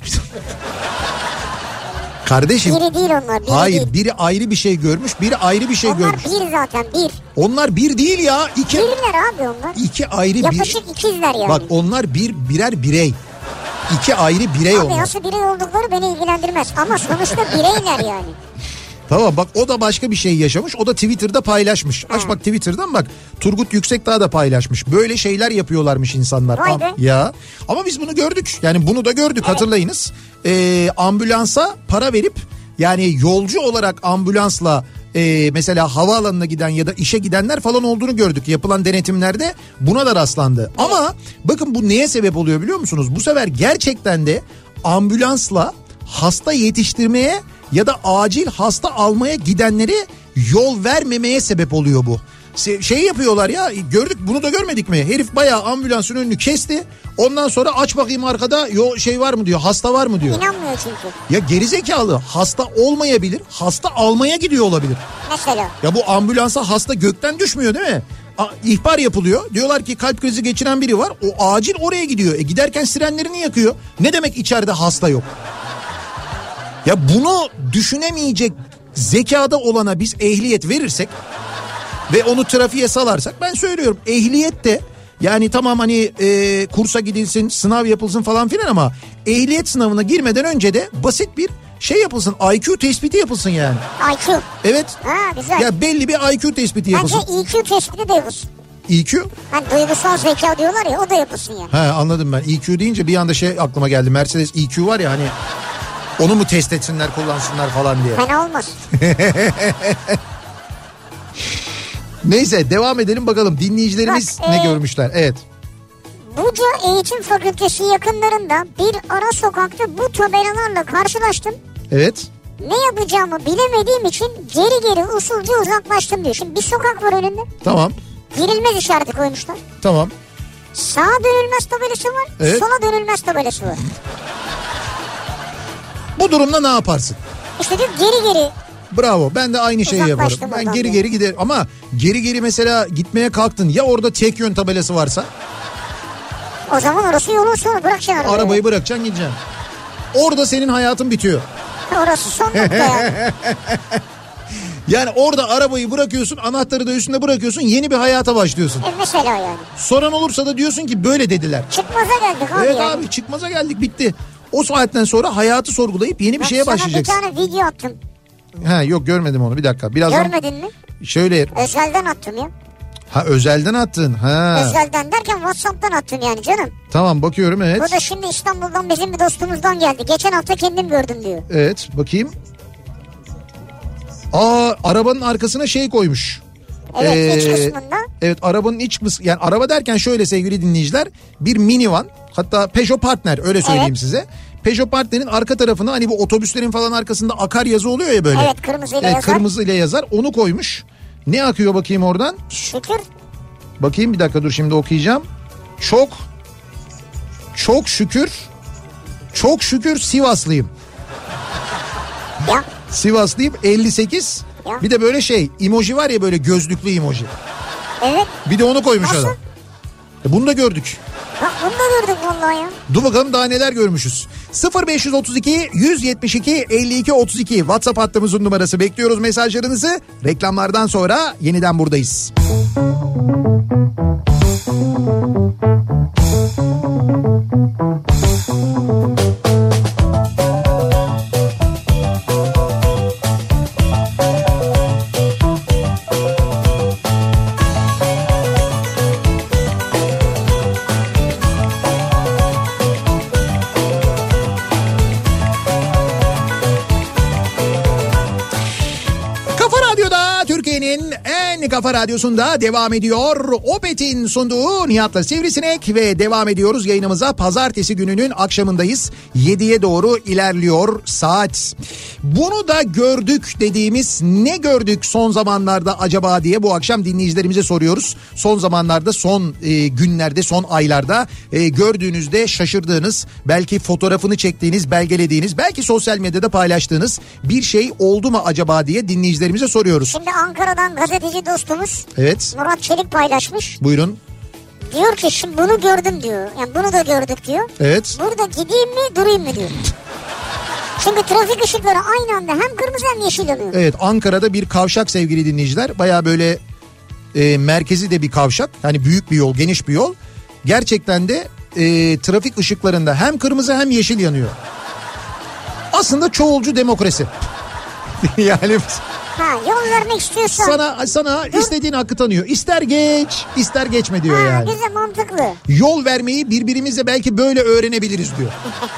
Kardeşim. Biri değil onlar. Hayır değil. biri ayrı bir şey görmüş, biri ayrı bir şey onlar görmüş. Onlar bir zaten bir. Onlar bir değil ya. Birler abi onlar. İki ayrı Yapışık ikizler yani. Bak onlar birer birey. İki ayrı birey abi onlar. nasıl birey oldukları beni ilgilendirmez. Ama sonuçta bireyler yani. Tamam bak, o da başka bir şey yaşamış. O da Twitter'da paylaşmış. Aç bak Twitter'dan bak. Turgut Yüksekdağ da paylaşmış. Böyle şeyler yapıyorlarmış insanlar. Vay be. Ya. Ama biz bunu gördük. Yani bunu da gördük, evet. Hatırlayınız. Ambulansa para verip, yani yolcu olarak ambulansla mesela havaalanına giden ya da işe gidenler falan olduğunu gördük. Yapılan denetimlerde buna da rastlandı. Evet. Ama bakın bu neye sebep oluyor biliyor musunuz? Bu sefer gerçekten de ambulansla hasta yetiştirmeye ya da acil hasta almaya gidenleri yol vermemeye sebep oluyor bu. Şey yapıyorlar ya, gördük, bunu da görmedik mi? Herif bayağı ambulansın önünü kesti. Ondan sonra aç bakayım arkada şey var mı diyor, hasta var mı diyor. İnanmıyor çünkü. Ya gerizekalı, hasta olmayabilir, hasta almaya gidiyor olabilir. Mesela. Ya bu ambulansa hasta gökten düşmüyor değil mi? İhbar yapılıyor. Diyorlar ki kalp krizi geçiren biri var. O acil oraya gidiyor. Giderken sirenlerini yakıyor. Ne demek içeride hasta yok? Ya bunu düşünemeyecek zekada olana biz ehliyet verirsek ve onu trafiğe salarsak, ben söylüyorum ehliyet de yani tamam hani kursa gidilsin, sınav yapılsın falan filan, ama ehliyet sınavına girmeden önce de basit bir şey yapılsın, IQ tespiti yapılsın yani. IQ. Evet. Ha güzel. Ya belli bir IQ tespiti yapılsın. Bence EQ tespiti de yapılsın. EQ? Hani duygusal zeka diyorlar ya, o da yapılsın yani. He anladım ben. EQ deyince bir anda şey aklıma geldi. Mercedes EQ var ya hani, onu mu test etsinler, kullansınlar falan diye. Fena olmaz. Neyse devam edelim bakalım. Dinleyicilerimiz Bak, ne görmüşler? Evet. Buca Eğitim Fakültesi yakınlarında bir ara sokakta bu tabelalarla karşılaştım. Evet. Ne yapacağımı bilemediğim için geri usulca uzaklaştım diyor. Şimdi bir sokak var önünde. Tamam. Girilmez işareti koymuşlar. Tamam. Sağa dönülmez tabelası var. Evet. Sola dönülmez tabelası var. Bu durumda ne yaparsın? İşte diyor geri. Bravo, ben de aynı şeyi yaparım. Ben geri giderim ama geri mesela gitmeye kalktın ya, orada tek yön tabelası varsa? O zaman orası yolun sonu, bırakacaksın arabayı. Arabayı bırakacaksın, gideceksin. Orada senin hayatın bitiyor. Orası son nokta yani. Yani orada arabayı bırakıyorsun, anahtarı da üstünde bırakıyorsun, yeni bir hayata başlıyorsun. Mesela yani. Soran olursa da diyorsun ki böyle dediler. Çıkmaza geldik abi. Evet yani. abi, çıkmaza geldik, bitti. O saatten sonra hayatı sorgulayıp yeni bir şeye başlayacaksın. Sana bir tane video attım. Ha yok, görmedim onu, bir dakika. Birazdan... Görmedin mi? Şöyle. Özelden attım ya. Ha özelden attın. Ha. Özelden derken WhatsApp'tan attım yani canım. Tamam bakıyorum, evet. Bu da şimdi İstanbul'dan bizim bir dostumuzdan geldi. Geçen hafta kendim gördüm diyor. Evet bakayım. Arabanın arkasına şey koymuş. Evet iç kısmında. Evet arabanın iç kısmı, yani araba derken şöyle sevgili dinleyiciler, bir minivan. Hatta Peugeot Partner, öyle söyleyeyim size. Peugeot Partner'in arka tarafına hani bu otobüslerin falan arkasında akar yazı oluyor ya böyle. Evet, kırmızıyla yazar. Kırmızıyla yazar, onu koymuş. Ne akıyor bakayım oradan? Şükür. Bakayım bir dakika, dur şimdi okuyacağım. Çok şükür Sivaslıyım. Ya. Sivaslıyım 58. Ya. Bir de böyle emoji var ya, böyle gözlüklü emoji. Evet. Bir de onu koymuş Nasıl? adam. Bunu da gördük. Bak bunu da gördük vallahi ya. Dur bakalım daha neler görmüşüz. 0532 172 52 32 WhatsApp hattımızın numarası, bekliyoruz mesajlarınızı. Reklamlardan sonra yeniden buradayız. Kafa Radyosu'nda devam ediyor. Opet'in sunduğu Nihat'la Sivrisinek ve devam ediyoruz yayınımıza. Pazartesi gününün akşamındayız. 7'ye doğru ilerliyor saat. Bunu da gördük dediğimiz, ne gördük son zamanlarda acaba diye bu akşam dinleyicilerimize soruyoruz. Son zamanlarda, son günlerde, son aylarda gördüğünüzde şaşırdığınız, belki fotoğrafını çektiğiniz, belgelediğiniz, belki sosyal medyada paylaştığınız bir şey oldu mu acaba diye dinleyicilerimize soruyoruz. Şimdi Ankara'dan gazeteci dostumuz Murat Çelik paylaşmış. Buyurun. Diyor ki şimdi bunu gördüm diyor. Yani bunu da gördük diyor. Evet. Burada gideyim mi durayım mı diyor. Çünkü trafik ışıkları aynı anda hem kırmızı hem yeşil yanıyor. Evet, Ankara'da bir kavşak sevgili dinleyiciler. Baya böyle merkezi de bir kavşak. Hani büyük bir yol, geniş bir yol. Gerçekten de trafik ışıklarında hem kırmızı hem yeşil yanıyor. Aslında çoğulcu demokrasi. Yani... yol vermek istiyorsan. Sana istediğin hakkı tanıyor. İster geç, ister geçme diyor yani. Güzel, mantıklı. Yol vermeyi birbirimizle belki böyle öğrenebiliriz diyor.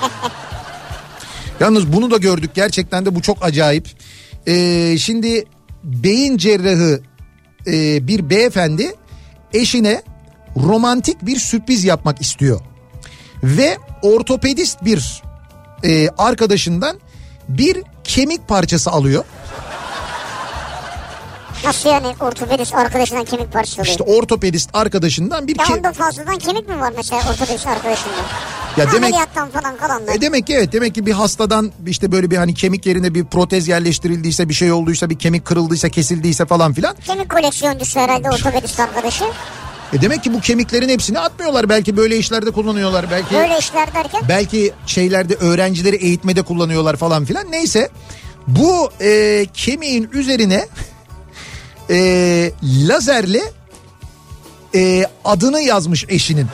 Yalnız bunu da gördük, gerçekten de bu çok acayip. Şimdi beyin cerrahı bir beyefendi eşine romantik bir sürpriz yapmak istiyor. Ve ortopedist bir arkadaşından bir kemik parçası alıyor. Nasıl yani ortopedist arkadaşından kemik parçası alıyor? İşte ortopedist arkadaşından bir kemik... onda fazladan kemik mi var mesela ortopedist arkadaşında? Ya ameliyattan falan kalanlar. Demek ki evet, demek ki bir hastadan işte böyle bir hani kemik yerine bir protez yerleştirildiyse, bir şey olduysa, bir kemik kırıldıysa, kesildiyse falan filan. Kemik koleksiyoncusu herhalde ortopedist arkadaşı. Demek ki bu kemiklerin hepsini atmıyorlar, belki böyle işlerde kullanıyorlar, belki. Böyle işler derken? Belki şeylerde öğrencileri eğitmede kullanıyorlar falan filan. Neyse, bu kemiğin üzerine lazerle adını yazmış eşinin.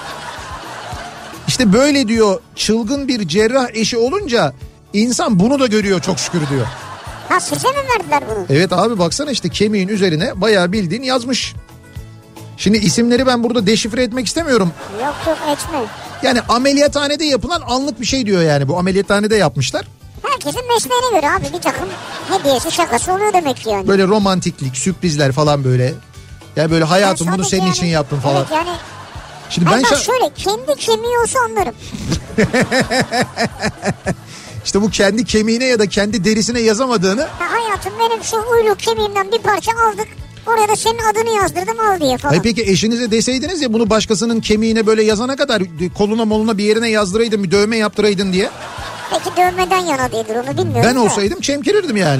İşte böyle diyor, çılgın bir cerrah eşi olunca insan bunu da görüyor çok şükür diyor. Ha, size mi verdiler bunu? Evet abi, baksana işte kemiğin üzerine bayağı bildiğin yazmış. Şimdi isimleri ben burada deşifre etmek istemiyorum. Yok etme. Yani ameliyathanede yapılan anlık bir şey diyor yani, bu ameliyathanede yapmışlar. Herkesin mesleğine göre abi bir takım hediyesi, şakası oluyor demek ki yani. Böyle romantiklik, sürprizler falan böyle. Yani böyle hayatım bunu senin için yaptım falan. Evet yani. Şimdi ben şöyle kendi kemiği olsa anlarım. İşte bu kendi kemiğine ya da kendi derisine yazamadığını. Hayatım benim şu uyluk kemiğimden bir parça aldık. Oraya da senin adını yazdırdım, al diye falan. Peki eşinize deseydiniz ya, bunu başkasının kemiğine böyle yazana kadar koluna moluna bir yerine yazdıraydın, bir dövme yaptıraydın diye. Peki dövmeden yana değildir, onu bilmiyorum. Ben olsaydım çemkirirdim yani.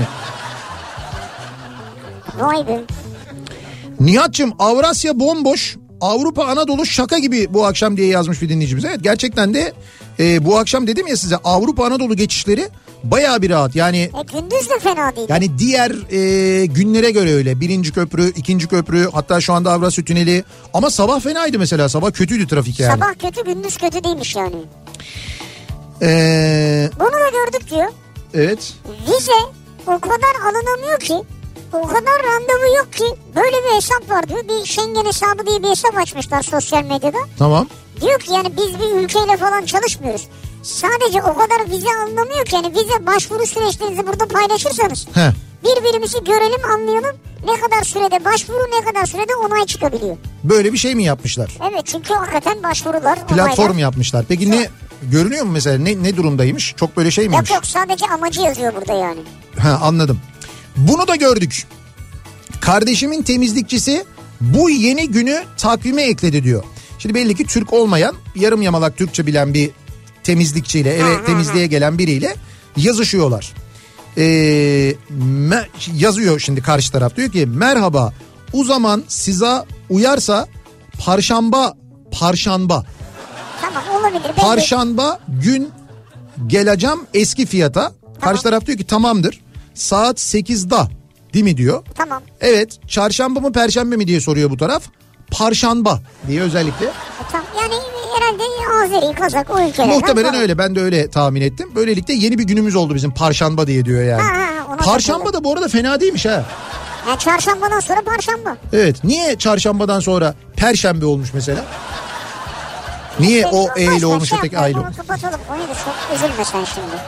Vay be. Nihat'cığım, Avrasya bomboş, Avrupa Anadolu şaka gibi bu akşam diye yazmış bir dinleyicimiz. Evet, gerçekten de bu akşam dedim ya size, Avrupa Anadolu geçişleri bayağı bir rahat. Yani gündüz de fena değil. Yani diğer günlere göre öyle. 1. köprü, 2. köprü, hatta şu anda Avrasya Tüneli. Ama sabah fenaydı mesela, sabah kötüydü trafik yani. Sabah kötü, gündüz kötü değilmiş yani. Bunu da gördük diyor. Evet. Vize o kadar alınamıyor ki, o kadar randevu yok ki, böyle bir hesap var diyor. Bir Schengen hesabı diye bir hesap açmışlar sosyal medyada. Tamam. Diyor ki yani biz bir ülkeyle falan çalışmıyoruz. Sadece o kadar vize alınamıyor ki, yani vize başvuru süreçlerinizi burada paylaşırsanız birbirimizi görelim, anlayalım. Ne kadar sürede başvuru, ne kadar sürede onay çıkabiliyor. Böyle bir şey mi yapmışlar? Evet, çünkü hakikaten başvurular, platform onaylar yapmışlar. Peki ne görünüyor mu mesela, ne durumdaymış? Çok böyle şey miymiş? Yok sadece amacı yazıyor burada yani. Ha, anladım. Bunu da gördük. Kardeşimin temizlikçisi bu yeni günü takvime ekledi diyor. Şimdi belli ki Türk olmayan, yarım yamalak Türkçe bilen bir temizlikçiyle, eve temizliğe gelen biriyle yazışıyorlar. Yazıyor şimdi karşı taraf, diyor ki merhaba, o zaman size uyarsa Parşamba. Tamam, olabilir. Parşamba gün geleceğim eski fiyata. Tamam. Karşı taraf diyor ki tamamdır. Saat 8'da değil mi diyor. Tamam. Evet, çarşamba mı perşembe mi diye soruyor bu taraf. Parşamba diye özellikle. Tamam, yani herhalde Azeri, Kazak, o ülkeler. Muhtemelen öyle, ben de öyle tahmin ettim. Böylelikle yeni bir günümüz oldu bizim, Parşamba diye diyor yani. Parşamba da bu arada fena değilmiş ha. Yani çarşambadan sonra Parşamba. Evet, niye çarşambadan sonra Perşembe olmuş mesela? Niye o E ile olmuş, öteki A ile olmuş? Kapatalım, onu da çok üzülme sen şimdi.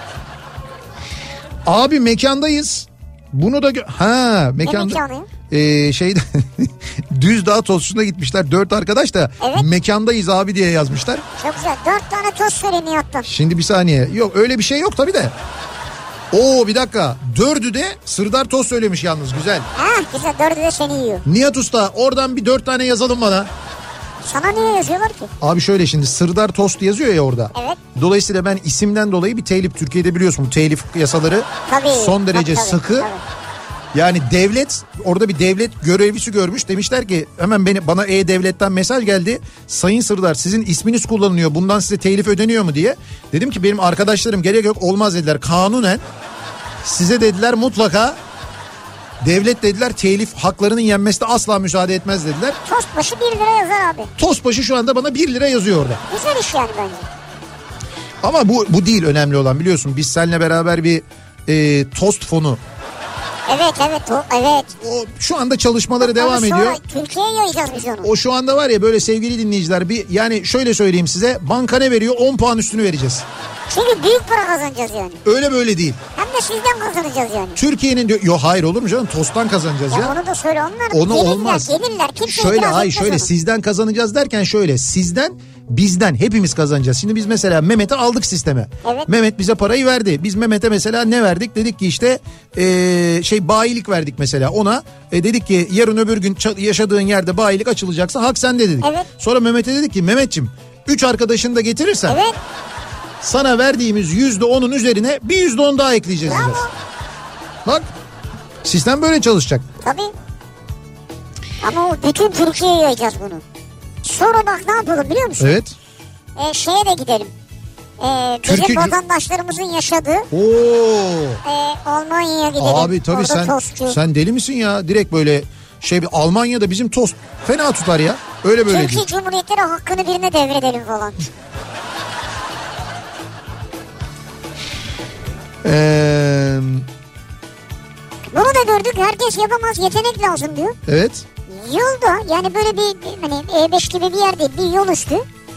Abi mekandayız. Bunu da mekanda. Şeyde Düzdağ tostçusuna gitmişler. 4 arkadaş da mekandayız abi diye yazmışlar. Çok güzel. 4 tane tost söyle Nihat'tan. Şimdi bir saniye. Yok öyle bir şey yok tabii de. Oo, bir dakika. 4'ü de Sırdar tost söylemiş yalnız, güzel. Güzel, 4'ü de seni yiyor. Nihat Usta, oradan bir 4 tane yazalım bana. Sana niye yazıyorlar ki? Abi şöyle, şimdi Sırdar tost yazıyor ya orada. Evet. Dolayısıyla ben isimden dolayı bir telif, Türkiye'de biliyorsun bu telif yasaları son derece sıkı. Tabii. Yani devlet, orada bir devlet görevlisi görmüş, demişler ki hemen bana E-Devlet'ten mesaj geldi. Sayın Sırdar, sizin isminiz kullanılıyor, bundan size telif ödeniyor mu diye. Dedim ki benim arkadaşlarım gerek yok, olmaz dediler, kanunen size dediler mutlaka, devlet dediler telif haklarının yenmesine asla müsaade etmez dediler. Tost başı 1 lira yazar abi. Tost başı şu anda bana 1 lira yazıyor orada. Güzel iş yani bence. Ama bu değil önemli olan, biliyorsun biz seninle beraber bir tost fonu. Evet. O şu anda çalışmaları devam ediyor. Türkiye'ye yayacağız biz onu. O şu anda var ya, böyle sevgili dinleyiciler, yani şöyle söyleyeyim size, banka ne veriyor, 10 puan üstünü vereceğiz. Çünkü büyük para kazanacağız yani. Öyle böyle değil. Hem de sizden kazanacağız yani. Türkiye'nin hayır olur mu canım, tosttan kazanacağız ya. Onu da söyle, onlar onu olmaz. Gelirler. Kimse sizden kazanacağız derken şöyle, sizden bizden hepimiz kazanacağız. Şimdi biz mesela Mehmet'i aldık sisteme. Evet. Mehmet bize parayı verdi. Biz Mehmet'e mesela ne verdik? Dedik ki işte bayilik verdik mesela ona. Dedik ki yarın öbür gün yaşadığın yerde bayilik açılacaksa hak sende dedik. Evet. Sonra Mehmet'e dedik ki Mehmetciğim 3 arkadaşını da getirirsen. Evet. Sana verdiğimiz %10'un üzerine bir %10 daha ekleyeceğiz. Bak, sistem böyle çalışacak. Tabii. Ama bütün Türkiye'ye yayacağız bunu. Sonra bak ne yapalım biliyor musun? Evet. Şeye de gidelim. Bizim vatandaşlarımızın yaşadığı Almanya'ya gidelim. Abi tabii sen deli misin ya? Direkt böyle Almanya'da bizim tost fena tutar ya. Öyle böyle Türkiye değil. Cumhuriyetleri hakkını birine devredelim falan. Bunu da gördük, herkes yapamaz, yetenek lazım diyor. Evet. Yolda yani böyle bir hani E5 gibi bir yer değil, bir yol üstü.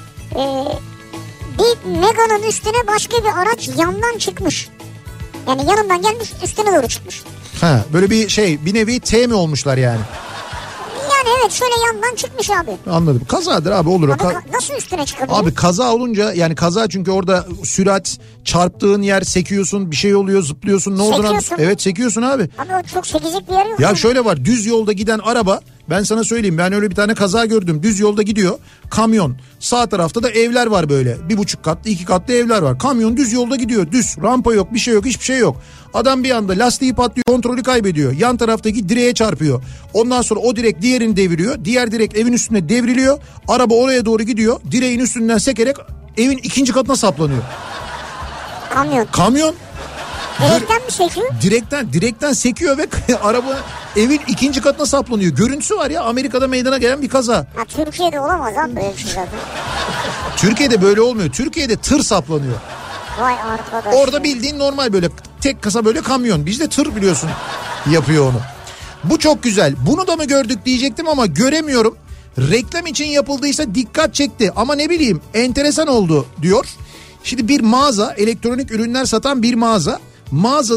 Bir Mega'nın üstüne başka bir araç yandan çıkmış. Yani yanından gelmiş, üstüne doğru çıkmış. Böyle bir nevi T mi olmuşlar yani? Yani evet, şöyle yandan çıkmış abi. Anladım. Kazadır abi, olur. Nasıl üstüne çıkabilir? Abi kaza olunca, yani kaza çünkü orada sürat, çarptığın yer, sekiyorsun, bir şey oluyor, zıplıyorsun, ne olduğunu. Evet, sekiyorsun abi. Abi o çok sekecek bir yer yok. Ya şöyle var, düz yolda giden araba, ben sana söyleyeyim, ben öyle bir tane kaza gördüm. Düz yolda gidiyor kamyon, sağ tarafta da evler var, böyle 1,5 katlı 2 katlı evler var. Kamyon düz yolda gidiyor, düz, rampa yok, bir şey yok, hiçbir şey yok. Adam bir anda lastiği patlıyor, kontrolü kaybediyor, yan taraftaki direğe çarpıyor. Ondan sonra o direk diğerini deviriyor, diğer direk evin üstüne devriliyor, araba oraya doğru gidiyor, direğin üstünden sekerek evin 2. katına saplanıyor. Kamyon. Direkten mi sekiyor? Direkten sekiyor ve araba evin 2. katına saplanıyor. Görüntüsü var ya, Amerika'da meydana gelen bir kaza. Türkiye'de olamaz abi böyle bir şey zaten. Türkiye'de böyle olmuyor. Türkiye'de tır saplanıyor. Vay arkadaş. Orada bildiğin normal böyle tek kasa böyle kamyon. Bizde tır biliyorsun yapıyor onu. Bu çok güzel. Bunu da mı gördük diyecektim ama göremiyorum. Reklam için yapıldıysa dikkat çekti ama ne bileyim enteresan oldu diyor. Şimdi bir mağaza, elektronik ürünler satan bir mağazada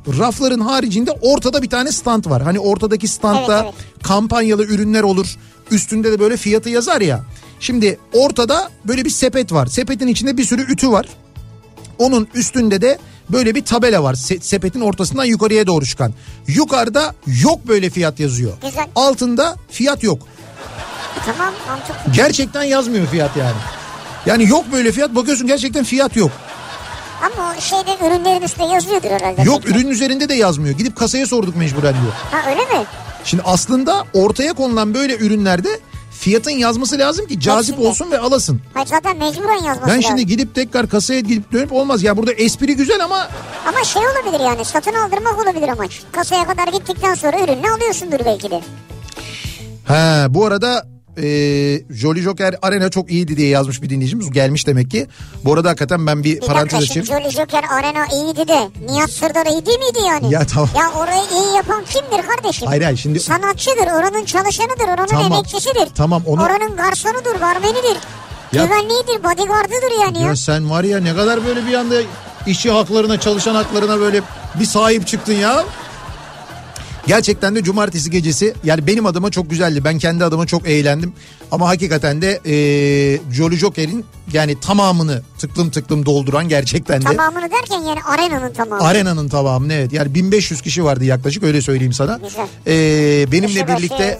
rafların haricinde ortada bir tane stand var. Hani ortadaki standta Evet. kampanyalı ürünler olur. Üstünde de böyle fiyatı yazar ya. Şimdi ortada böyle bir sepet var. Sepetin içinde bir sürü ütü var. Onun üstünde de böyle bir tabela var. Sepetin ortasından yukarıya doğru çıkan. Yukarıda yok böyle fiyat yazıyor. Güzel. Altında fiyat yok. Tamam, mantıklı. Gerçekten yazmıyor fiyat yani. Yani yok böyle fiyat, bakıyorsun gerçekten fiyat yok. Ama o şeyde ürünlerin üstünde yazıyordur herhalde. Yok, peki. ürünün üzerinde de yazmıyor. Gidip kasaya sorduk mecburen diyor. Ha, öyle mi? Şimdi aslında ortaya konulan böyle ürünlerde fiyatın yazması lazım ki cazip Hepsinde. olsun ve alasın. Hayır, zaten mecburen yazması Ben lazım. şimdi gidip tekrar kasaya gidip dönüp olmaz. Ya burada espri güzel ama Ama şey olabilir yani, satın aldırmak olabilir amaç. Kasaya kadar gittikten sonra ürünü alıyorsundur belki de. ha bu arada Jolly Joker Arena çok iyiydi diye yazmış bir dinleyicimiz. Gelmiş demek ki. Bu arada hakikaten ben bir parantez dakika, açayım. Jolly Joker Arena iyiydi de Nihat Sırdar iyi değil miydi yani? Ya tamam. Ya orayı iyi yapan kimdir kardeşim? Hayır şimdi. Sanatçıdır, oranın çalışanıdır, oranın Tamam. emekçisidir. Tamam, onu. Oranın garsonudur, barmenidir. Ya. Güvenliğidir, bodyguardıdır yani ya. Ya sen var ya, ne kadar böyle bir anda işçi haklarına, çalışan haklarına böyle bir sahip çıktın ya. Gerçekten de cumartesi gecesi yani benim adıma çok güzeldi. Ben kendi adıma çok eğlendim. Ama hakikaten de Jolly Joker'in yani tamamını tıklım tıklım dolduran gerçekten de. Tamamını derken yani arenanın tamamı. Arenanın tamamını, evet. Yani 1500 kişi vardı yaklaşık, öyle söyleyeyim sana. Güzel. Benimle birlikte...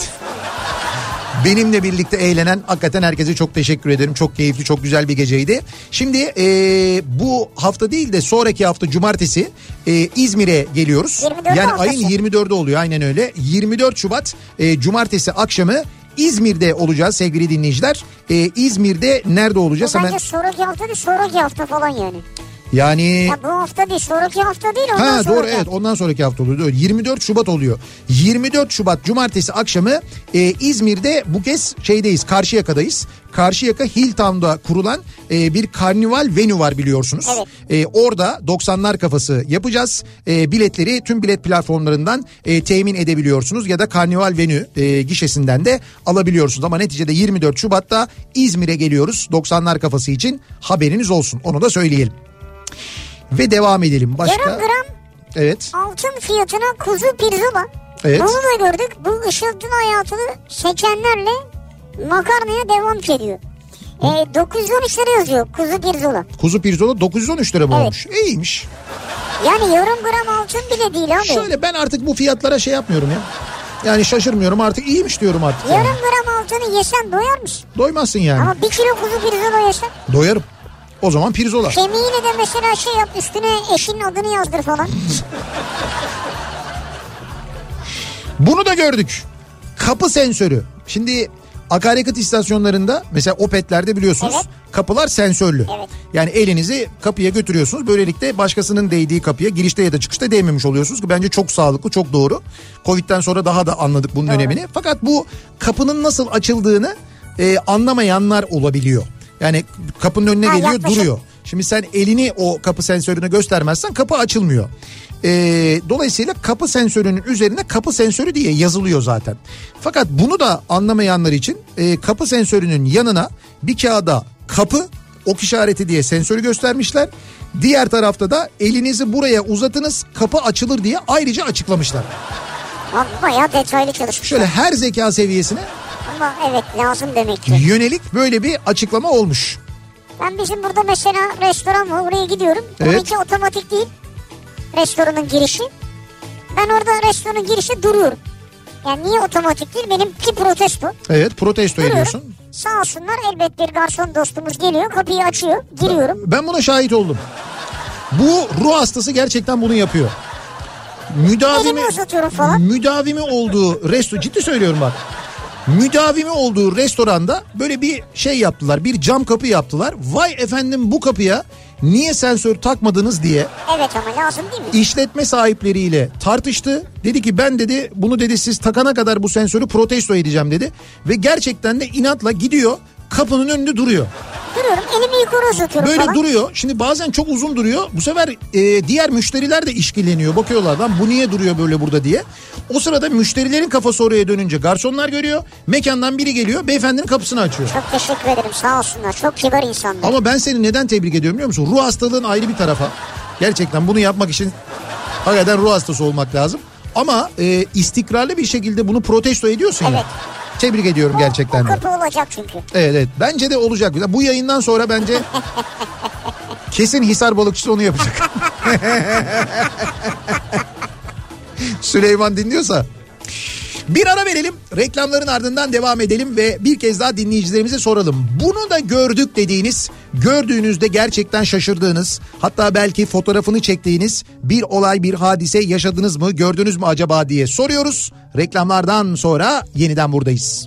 Benimle birlikte eğlenen hakikaten herkese çok teşekkür ederim. Çok keyifli, çok güzel bir geceydi. Şimdi bu hafta değil de sonraki hafta cumartesi İzmir'e geliyoruz. 24 yani haftası. ayın 24'ü oluyor, aynen öyle. 24 Şubat cumartesi akşamı İzmir'de olacağız sevgili dinleyiciler. İzmir'de nerede olacağız? Bence sonraki hafta değil, sonraki hafta falan yani. Yani... Ya bu hafta değil, sonraki hafta değil, ondan Ha sonra. doğru, evet, ondan sonraki hafta oluyor. 24 Şubat oluyor. 24 Şubat cumartesi akşamı İzmir'de bu kez şeydeyiz, Karşıyaka'dayız. Karşıyaka Hilltown'da kurulan bir karnival venue var biliyorsunuz. Evet. Orada 90'lar kafası yapacağız. Biletleri tüm bilet platformlarından temin edebiliyorsunuz ya da karnival venue gişesinden de alabiliyorsunuz. Ama neticede 24 Şubat'ta İzmir'e geliyoruz 90'lar kafası için, haberiniz olsun, onu da söyleyelim. Ve devam edelim. Başka? Yarım gram evet. altın fiyatına kuzu pirzola. Evet. Bunu da gördük. Bu ışıltılı hayatını seçenlerle makarnaya devam ediyor. 913 lira yazıyor kuzu pirzola. Kuzu pirzola 913 lira mı Evet. olmuş? İyiymiş. Yani yarım gram altın bile değil abi. Şöyle, ben artık bu fiyatlara şey yapmıyorum ya. Yani şaşırmıyorum artık, iyiymiş diyorum artık. Yarım Yani. gram altını yesen doyar mısın? Doymazsın yani. Ama 1 kilo kuzu pirzola yesen. Doyarım. O zaman pirzola. Kemiğiyle de mesela şey yap, üstüne eşinin adını yazdır falan. Bunu da gördük. Kapı sensörü. Şimdi akaryakıt istasyonlarında mesela Opet'lerde biliyorsunuz, Evet. kapılar sensörlü. Evet. Yani elinizi kapıya götürüyorsunuz. Böylelikle başkasının değdiği kapıya girişte ya da çıkışta değmemiş oluyorsunuz ki bence çok sağlıklı, çok doğru. Covid'den sonra daha da anladık bunun önemini. Fakat bu kapının nasıl açıldığını anlamayanlar olabiliyor. Yani kapının önüne geliyor, yaklaşık. duruyor. Şimdi sen elini o kapı sensörüne göstermezsen kapı açılmıyor. Dolayısıyla kapı sensörünün üzerine kapı sensörü diye yazılıyor zaten. Fakat bunu da anlamayanlar için kapı sensörünün yanına bir kağıda kapı ok işareti diye sensörü göstermişler. Diğer tarafta da elinizi buraya uzatınız kapı açılır diye ayrıca açıklamışlar. Abi bayağı detaylı çalışmışlar. Şöyle her zeka seviyesine Ama evet, lazım demek ki. yönelik böyle bir açıklama olmuş. Ben bizim burada mesela restoran var, oraya gidiyorum. Evet. Onunki otomatik değil. Restoranın girişi. Ben orada restoranın girişi duruyorum. Yani niye otomatik değil? Benimki protesto. Evet, protesto Duruyorum. ediyorsun. Sağ olsunlar, elbet bir garson dostumuz geliyor, kapıyı açıyor, giriyorum. Ben buna şahit oldum. Bu ruh hastası gerçekten bunu yapıyor. Elimi uzatıyorum falan. Müdavimi olduğu restoran, ciddi söylüyorum bak. Müdavimi olduğu restoranda böyle bir şey yaptılar. Bir cam kapı yaptılar. Vay efendim, bu kapıya niye sensör takmadınız diye Evet, ama lazım değil mi? işletme sahipleriyle tartıştı. Dedi ki ben dedi bunu dedi siz takana kadar bu sensörü protesto edeceğim dedi. Ve gerçekten de inatla gidiyor, kapının önünde duruyor. Duruyorum, elimi yukarı uzatıyorum Böyle falan. duruyor. Şimdi bazen çok uzun duruyor. Bu sefer diğer müşteriler de işkilleniyor. Bakıyorlar lan bu niye duruyor böyle burada diye. O sırada müşterilerin kafası oraya dönünce garsonlar görüyor. Mekandan biri geliyor, beyefendinin kapısını açıyor. Çok teşekkür ederim, sağ olsunlar. Çok kibar insanlar. Ama ben seni neden tebrik ediyorum biliyor musun? Ruh hastalığın ayrı bir tarafa. Gerçekten bunu yapmak için Hakikaten ruh hastası olmak lazım. Ama istikrarlı bir şekilde bunu protesto ediyorsun ya. Tebrik ediyorum gerçekten. O kapı olacak çünkü. Evet bence de olacak. Bu yayından sonra bence kesin Hisar balıkçısı onu yapacak. Süleyman dinliyorsa. Bir ara verelim, reklamların ardından devam edelim ve bir kez daha dinleyicilerimize soralım. Bunu da gördük dediğiniz, gördüğünüzde gerçekten şaşırdığınız, hatta belki fotoğrafını çektiğiniz bir olay, bir hadise yaşadınız mı, gördünüz mü acaba diye soruyoruz. Reklamlardan sonra yeniden buradayız.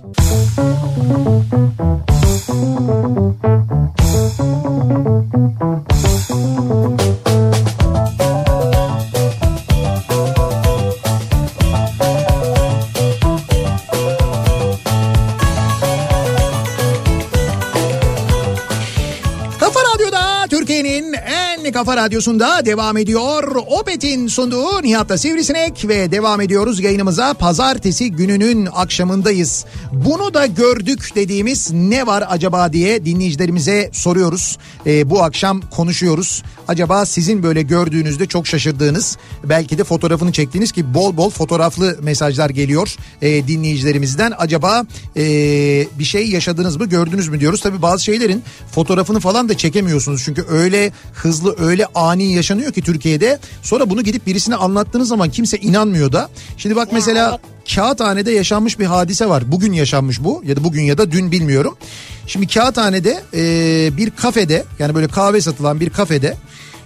Kafa Radyosu'nda devam ediyor. Opet'in sunduğu Nihat'la Sivrisinek ve devam ediyoruz yayınımıza. Pazartesi gününün akşamındayız. Bunu da gördük dediğimiz ne var acaba diye dinleyicilerimize soruyoruz. Bu akşam konuşuyoruz. Acaba sizin böyle gördüğünüzde çok şaşırdığınız, belki de fotoğrafını çektiğiniz, ki bol bol fotoğraflı mesajlar geliyor dinleyicilerimizden. Acaba bir şey yaşadınız mı, gördünüz mü diyoruz. Tabii bazı şeylerin fotoğrafını falan da çekemiyorsunuz. Çünkü öyle hızlı, öyle ani yaşanıyor ki Türkiye'de. Sonra bunu gidip birisine anlattığınız zaman kimse inanmıyor da. Şimdi bak mesela Kağıthane'de yaşanmış bir hadise var. Bugün yaşanmış bu, ya da bugün ya da dün bilmiyorum. Şimdi Kağıthane'de bir kafede, yani böyle kahve satılan bir kafede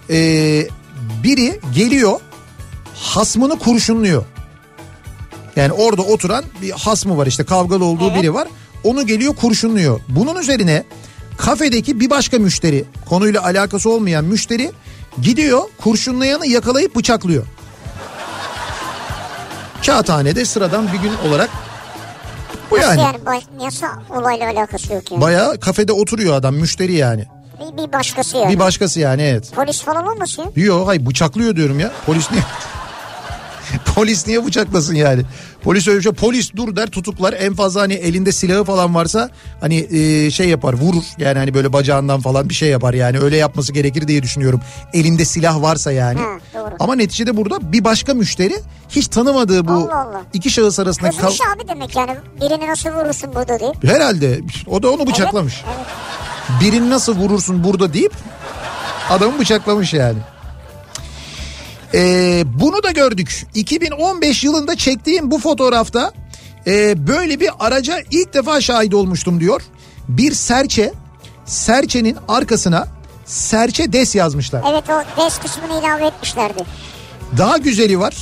biri geliyor, hasmını kurşunluyor. Yani orada oturan bir hasmı var, işte kavgalı olduğu biri var. Onu geliyor kurşunluyor. Bunun üzerine kafedeki bir başka müşteri, konuyla alakası olmayan müşteri gidiyor, kurşunlayanı yakalayıp bıçaklıyor. Kağıthane'de sıradan bir gün olarak bu yani. Nasıl olayla alakası yok yani? Bayağı kafede oturuyor adam, müşteri yani. Bir başkası yani. Bir başkası yani, evet. Polis falan olmasın ya? Yok, hayır, bıçaklıyor diyorum ya. Polis niye? Polis niye bıçaklasın yani? Polis öyle bir şey, polis dur der, tutuklar, en fazla hani elinde silahı falan varsa hani şey yapar, vurur yani, hani böyle bacağından falan bir şey yapar yani, öyle yapması gerekir diye düşünüyorum. Elinde silah varsa yani. Doğru. Ama neticede burada bir başka müşteri hiç tanımadığı bu iki şahıs arasında kızmış abi demek yani, birini nasıl vurursun burada deyip. Herhalde o da onu bıçaklamış. Evet. Birini nasıl vurursun burada deyip adamı bıçaklamış yani. Bunu da gördük. 2015 yılında çektiğim bu fotoğrafta böyle bir araca ilk defa şahit olmuştum diyor. Bir serçenin arkasına serçe des yazmışlar. Evet, o des kısmını ilave etmişlerdi. Daha güzeli var.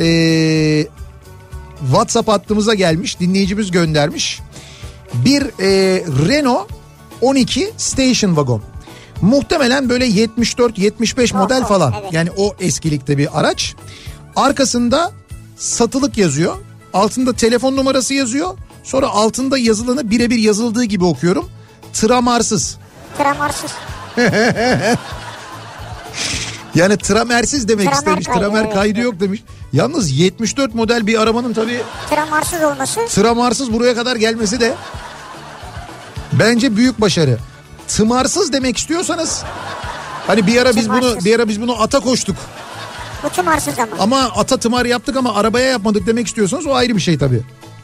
WhatsApp hattımıza gelmiş, dinleyicimiz göndermiş. Bir Renault 12 station wagon. Muhtemelen böyle 74-75 model falan. Evet. Yani o eskilikte bir araç. Arkasında satılık yazıyor. Altında telefon numarası yazıyor. Sonra altında yazılanı birebir yazıldığı gibi okuyorum. Tramarsız. Tramarsız. Yani tramersiz demek istemiş. Tramer kaydı yok demiş. Yalnız 74 model bir arabanın tabii tramarsız olması. Tramarsız buraya kadar gelmesi de bence büyük başarı. Tımarsız demek istiyorsanız hani bir ara biz bunu ata koştuk. Bu tımarsız ama. Ama ata tımar yaptık ama arabaya yapmadık demek istiyorsanız o ayrı bir şey tabii.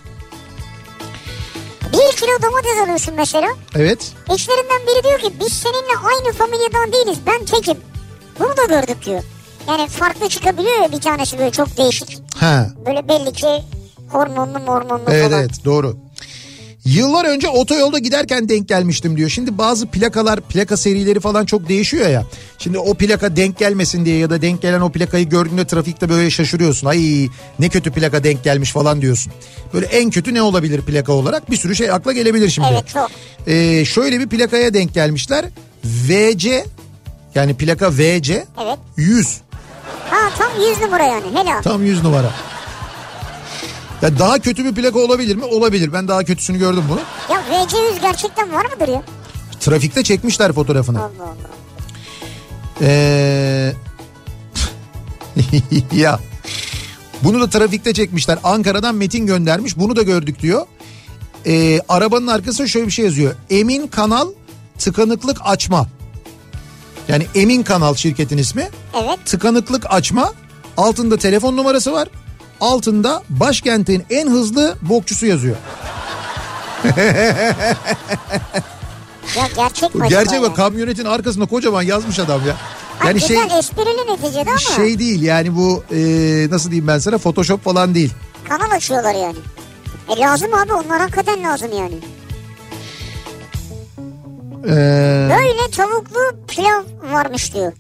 1 kilo domates alıyorsun mesela. Evet. İçlerinden biri diyor ki biz seninle aynı familyadan değiliz, ben tekim. Bunu da gördük diyor. Yani farklı çıkabiliyor ya bir tanesi, böyle çok değişik. He. Böyle belli ki hormonlu falan. Evet doğru. Yıllar önce otoyolda giderken denk gelmiştim diyor. Şimdi bazı plaka serileri falan çok değişiyor ya. Şimdi o plaka denk gelmesin diye ya da denk gelen o plakayı gördüğünde trafikte böyle şaşırıyorsun. Ay ne kötü plaka denk gelmiş falan diyorsun. Böyle en kötü ne olabilir plaka olarak? Bir sürü şey akla gelebilir şimdi. Evet çok. Şöyle bir plakaya denk gelmişler. VC, yani plaka VC. Evet. 100. Ha tam 100 numara yani, helal. Tam 100 numara. Ya daha kötü bir plaka olabilir mi? Olabilir. Ben daha kötüsünü gördüm bunu. Ya VC100 gerçekten var mıdır ya? Trafikte çekmişler fotoğrafını. Allah Allah. Ya bunu da trafikte çekmişler. Ankara'dan Metin göndermiş. Bunu da gördük diyor. Arabanın arkasında şöyle bir şey yazıyor. Emin Kanal tıkanıklık açma. Yani Emin Kanal şirketin ismi. Evet. Tıkanıklık açma. Altında telefon numarası var. Altında başkentin en hızlı bokçusu yazıyor. Ya gerçek mi? Gerçek bak, kamyonetin arkasında kocaman yazmış adam ya. Yani güzel esprili neticede ama. Şey değil yani bu nasıl diyeyim ben sana, Photoshop falan değil. Kanal açıyorlar yani. Lazım abi, onlar hakikaten lazım yani. Böyle tavuklu pilav varmış diyor.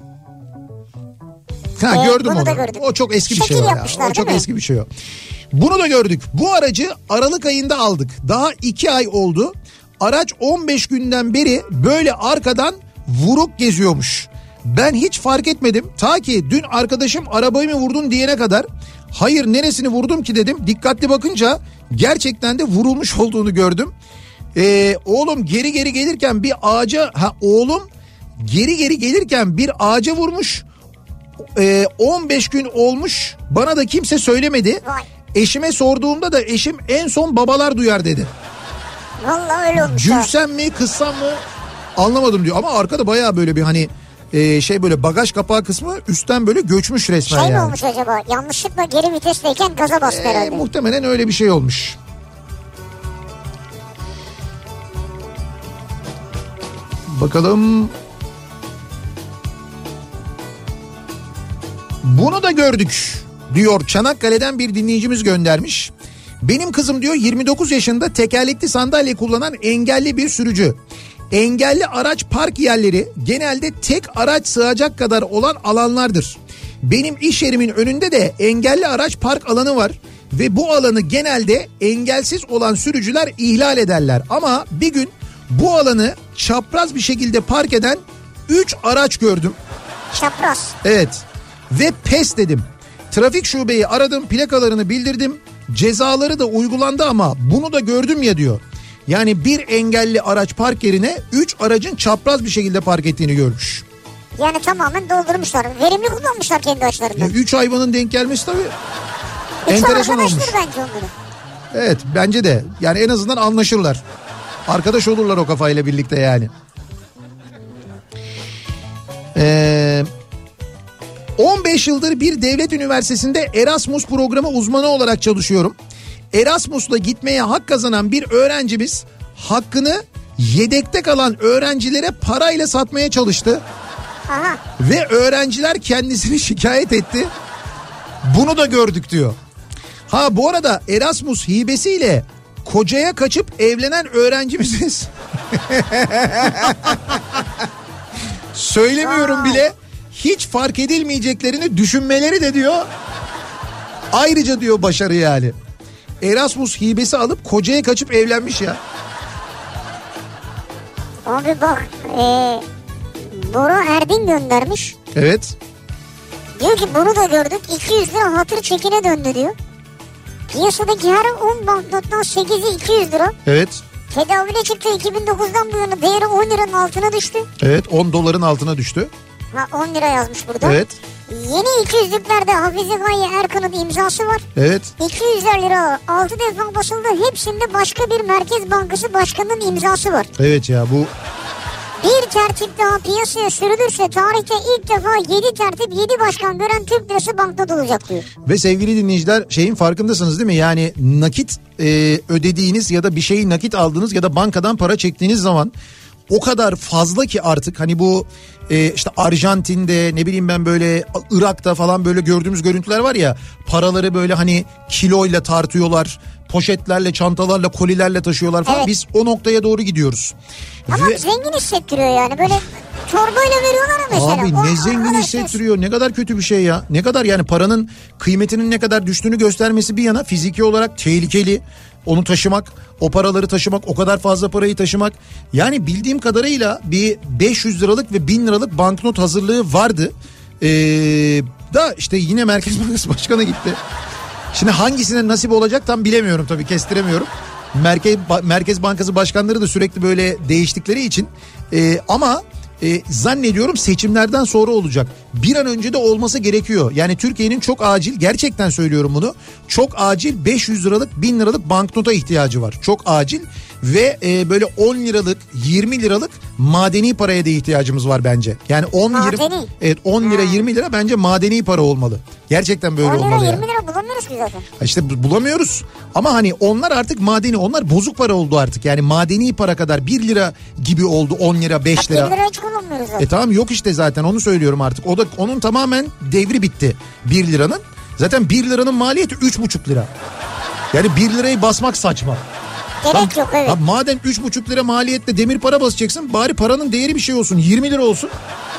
Gördüm onu. Gördük. O çok eski bir Şekil şey o ya. O çok eski bir şey o. Bunu da gördük. Bu aracı Aralık ayında aldık. Daha 2 ay oldu. Araç 15 günden beri böyle arkadan vuruk geziyormuş. Ben hiç fark etmedim. Ta ki dün arkadaşım arabayı mı vurdun diyene kadar. Hayır, neresini vurdum ki dedim. Dikkatli bakınca gerçekten de vurulmuş olduğunu gördüm. Oğlum geri gelirken bir ağaca... Oğlum geri gelirken bir ağaca vurmuş. 15 gün olmuş. Bana da kimse söylemedi. Vay. Eşime sorduğumda da eşim en son babalar duyar dedi. Vallahi öyle olmuş. Gülsem mi kızsam mı anlamadım diyor. Ama arkada bayağı böyle bir hani böyle bagaj kapağı kısmı üstten böyle göçmüş resmen yani. Mi olmuş acaba? Yanlışlıkla geri vitesteyken gaza bastı herhalde. Muhtemelen öyle bir şey olmuş. Bakalım. Bunu da gördük diyor, Çanakkale'den bir dinleyicimiz göndermiş. Benim kızım diyor 29 yaşında, tekerlekli sandalye kullanan engelli bir sürücü. Engelli araç park yerleri genelde tek araç sığacak kadar olan alanlardır. Benim iş yerimin önünde de engelli araç park alanı var ve bu alanı genelde engelsiz olan sürücüler ihlal ederler. Ama bir gün bu alanı çapraz bir şekilde park eden 3 araç gördüm. Çapraz. Evet. Ve pes dedim. Trafik şubeyi aradım, plakalarını bildirdim. Cezaları da uygulandı ama bunu da gördüm ya diyor. Yani bir engelli araç park yerine 3 aracın çapraz bir şekilde park ettiğini görmüş. Yani tamamen doldurmuşlar. Verimli kullanmışlar kendi açılarından. 3 hayvanın denk gelmesi tabii enteresan olmuş. bence onları. Evet, bence de. Yani en azından anlaşırlar. Arkadaş olurlar o kafayla birlikte yani. 15 yıldır bir devlet üniversitesinde Erasmus programı uzmanı olarak çalışıyorum. Erasmus'la gitmeye hak kazanan bir öğrencimiz hakkını yedekte kalan öğrencilere parayla satmaya çalıştı. Aha. Ve öğrenciler kendisini şikayet etti. Bunu da gördük diyor. Bu arada Erasmus hibesiyle kocaya kaçıp evlenen öğrencimiziz. Söylemiyorum bile, hiç fark edilmeyeceklerini düşünmeleri de diyor. Ayrıca diyor başarı yani. Erasmus hibesi alıp kocaya kaçıp evlenmiş ya. Abi bak Bora Erdin göndermiş. Evet. Diyor ki bunu da gördük, 200 lira hatır çekine döndü diyor. Piyasadaki her 10 banknottan 8'i 200 lira. Evet. Tedavüle çıktı, 2009'dan bu yana değeri 10 liranın altına düştü. Evet, 10 doların altına düştü. 10 lira yazmış burada. Evet. Yeni 200'lüklerde Hafize Gaye Erkan'ın imzası var. Evet. 200 lira 6 defa basıldı. Hepsinde başka bir Merkez Bankası başkanının imzası var. Evet ya, bu... Bir tertip daha piyasaya sürülürse tarihte ilk defa 7 tertip 7 başkan gören Türk lirası banknot olacak diyor. Ve sevgili dinleyiciler, şeyin farkındasınız değil mi? Yani nakit ödediğiniz ya da bir şeyi nakit aldığınız ya da bankadan para çektiğiniz zaman o kadar fazla ki artık hani bu işte Arjantin'de, ne bileyim ben, böyle Irak'ta falan böyle gördüğümüz görüntüler var ya, paraları böyle hani kiloyla tartıyorlar, poşetlerle, çantalarla, kolilerle taşıyorlar falan. Evet. Biz o noktaya doğru gidiyoruz. Ama zengin hissettiriyor yani, böyle torbayla veriyorlar mesela. Abi ne zengin hissettiriyor, ne kadar kötü bir şey ya. Ne kadar yani, paranın kıymetinin ne kadar düştüğünü göstermesi bir yana, fiziki olarak tehlikeli. Onu taşımak, o paraları taşımak, o kadar fazla parayı taşımak. Yani bildiğim kadarıyla bir 500 liralık ve 1000 liralık banknot hazırlığı vardı. Da işte yine Merkez Bankası Başkanı gitti. Şimdi hangisine nasip olacak tam bilemiyorum tabii, kestiremiyorum. Merkez Bankası başkanları da sürekli böyle değiştikleri için ama zannediyorum seçimlerden sonra olacak. Bir an önce de olması gerekiyor. Yani Türkiye'nin çok acil, gerçekten söylüyorum bunu, çok acil 500 liralık 1000 liralık banknota ihtiyacı var. Çok acil ve böyle 10 liralık 20 liralık madeni paraya da ihtiyacımız var bence. Yani 10 evet 10 lira 20 lira bence madeni para olmalı. Gerçekten böyle 10 lira, olmalı 20 lira bulamıyoruz ki zaten. İşte bulamıyoruz. Ama hani onlar artık madeni, onlar bozuk para oldu artık. Yani madeni para kadar 1 lira gibi oldu, 10 lira 5 lira. 1 lira hiç kullanmıyoruz zaten. Tamam yok işte zaten onu söylüyorum artık. O da onun tamamen devri bitti 1 liranın. Zaten 1 liranın maliyeti 3,5 lira. Yani 1 lirayı basmak saçma. Gerek yok evet. Madem 3,5 lira maliyetle demir para basacaksın, bari paranın değeri bir şey olsun, 20 lira olsun.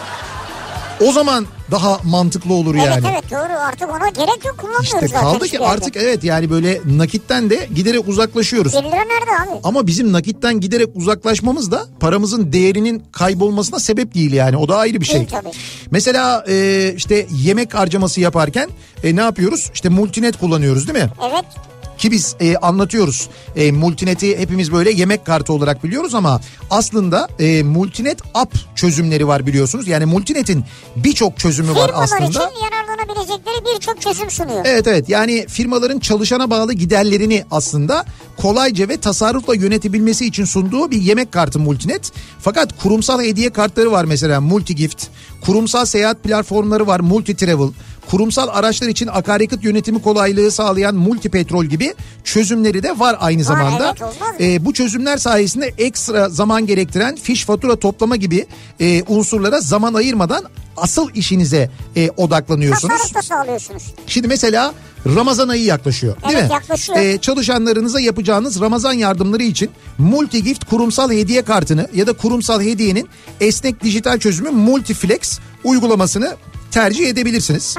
O zaman daha mantıklı olur yani. Evet doğru, artık ona gerek yok, kullanmıyoruz İşte zaten. kaldı ki artık evet yani böyle nakitten de giderek uzaklaşıyoruz. 1 lira nerede abi? Ama bizim nakitten giderek uzaklaşmamız da paramızın değerinin kaybolmasına sebep değil yani, o da ayrı bir şey. Değil tabii. Mesela işte yemek harcaması yaparken ne yapıyoruz? İşte Multinet kullanıyoruz değil mi? Evet. Ki biz anlatıyoruz. Multinet'i hepimiz böyle yemek kartı olarak biliyoruz ama aslında Multinet app çözümleri var biliyorsunuz. Yani Multinet'in birçok çözümü var aslında. Firmalar için yararlanabilecekleri birçok çözüm sunuyor. Evet yani firmaların çalışana bağlı giderlerini aslında kolayca ve tasarrufla yönetebilmesi için sunduğu bir yemek kartı Multinet. Fakat kurumsal hediye kartları var mesela Multigift. Kurumsal seyahat platformları var Multitravel. Kurumsal araçlar için akaryakıt yönetimi kolaylığı sağlayan Multipetrol gibi çözümleri de var aynı zamanda. Evet, bu çözümler sayesinde ekstra zaman gerektiren fiş fatura toplama gibi unsurlara zaman ayırmadan asıl işinize odaklanıyorsunuz. Tasarruf da sağlıyorsunuz. Şimdi mesela Ramazan ayı yaklaşıyor değil mi? Evet yaklaşıyor. Çalışanlarınıza yapacağınız Ramazan yardımları için Multigift kurumsal hediye kartını ya da kurumsal hediyenin esnek dijital çözümü Multiflex uygulamasını tercih edebilirsiniz.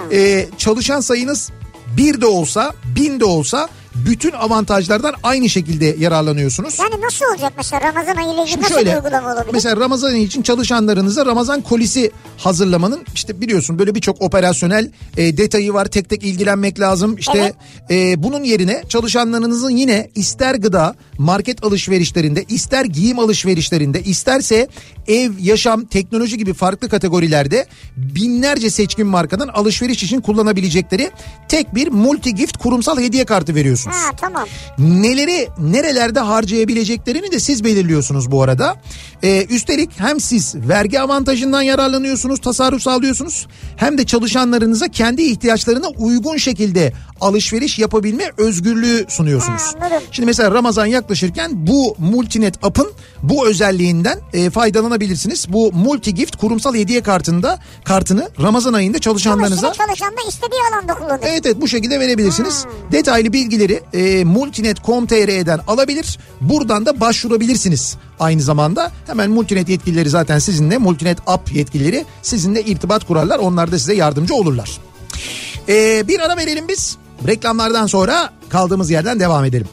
Çalışan sayınız 1 de olsa 1000 de olsa bütün avantajlardan aynı şekilde yararlanıyorsunuz. Yani nasıl olacak mesela Ramazan ayı ile ilgili nasıl bir uygulama olabilir? Mesela Ramazan ayı için çalışanlarınıza Ramazan kolisi hazırlamanın işte biliyorsun böyle birçok operasyonel detayı var, tek tek ilgilenmek lazım. İşte bunun yerine çalışanlarınızın yine ister gıda, market alışverişlerinde, ister giyim alışverişlerinde, isterse ev, yaşam, teknoloji gibi farklı kategorilerde binlerce seçkin markadan alışveriş için kullanabilecekleri tek bir Multigift kurumsal hediye kartı veriyorsunuz. Tamam. Neleri nerelerde harcayabileceklerini de siz belirliyorsunuz bu arada. Üstelik hem siz vergi avantajından yararlanıyorsunuz, tasarruf sağlıyorsunuz, hem de çalışanlarınıza kendi ihtiyaçlarına uygun şekilde alışveriş yapabilme özgürlüğü sunuyorsunuz. Şimdi mesela Ramazan yaklaşırken bu Multinet app'ın bu özelliğinden faydalanabilirsiniz. Bu Multigift kurumsal hediye kartını Ramazan ayında çalışanlarınıza çalışan da istediği alanda kullanır. Evet bu şekilde verebilirsiniz. Detaylı bilgileri multinet.com.tr'den alabilir. Buradan da başvurabilirsiniz. Aynı zamanda hemen Multinet yetkilileri zaten sizinle, Multinet app yetkilileri sizinle irtibat kurarlar. Onlar da size yardımcı olurlar. Bir ara verelim biz. Reklamlardan sonra kaldığımız yerden devam edelim.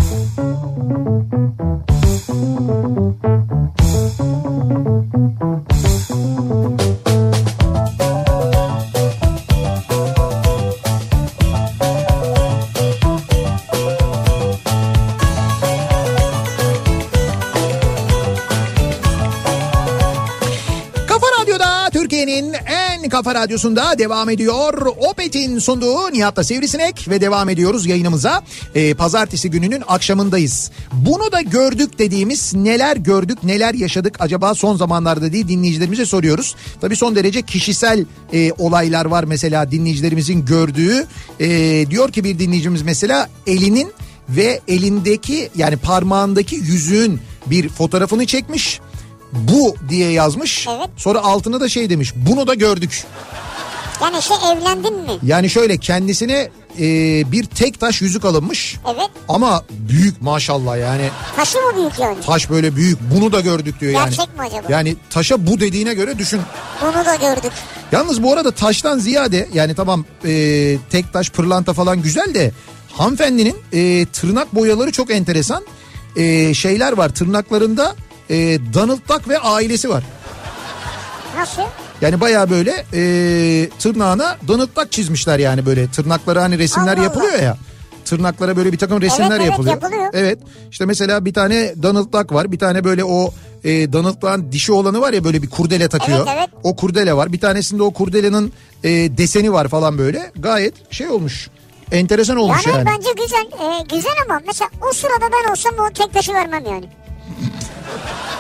Kafa Radyosu'nda devam ediyor. Opet'in sunduğu Nihat'la Sivrisinek ve devam ediyoruz yayınımıza. Pazartesi gününün akşamındayız. Bunu da gördük dediğimiz, neler gördük, neler yaşadık acaba son zamanlarda diye dinleyicilerimize soruyoruz. Tabii son derece kişisel olaylar var mesela dinleyicilerimizin gördüğü. Diyor ki bir dinleyicimiz mesela elinin ve elindeki yani parmağındaki yüzüğün bir fotoğrafını çekmiş. Bu diye yazmış. Evet. Sonra altına da şey demiş. Bunu da gördük. Yani evlendin mi? Yani şöyle kendisine bir tek taş yüzük alınmış. Evet. Ama büyük maşallah yani. Taşı mı büyük yani? Taş böyle büyük. Bunu da gördük diyor yani. Gerçek mi acaba? Yani taşa bu dediğine göre düşün. Bunu da gördük. Yalnız bu arada taştan ziyade yani tamam tek taş pırlanta falan güzel de hanımefendinin tırnak boyaları çok enteresan. Şeyler var tırnaklarında. Donald Duck ve ailesi var. Nasıl? Yani bayağı böyle tırnağına Donald Duck çizmişler yani böyle tırnaklara hani resimler yapılıyor ya. Tırnaklara böyle bir takım resimler yapılıyor. Evet işte mesela bir tane Donald Duck var, bir tane böyle o Donald Duck'ın dişi olanı var ya böyle bir kurdele takıyor. Evet. O kurdele var, bir tanesinde o kurdelenin deseni var falan böyle gayet şey olmuş. Enteresan olmuş yani. Bence güzel ama mesela o sırada ben olsam o tek taşı vermem yani.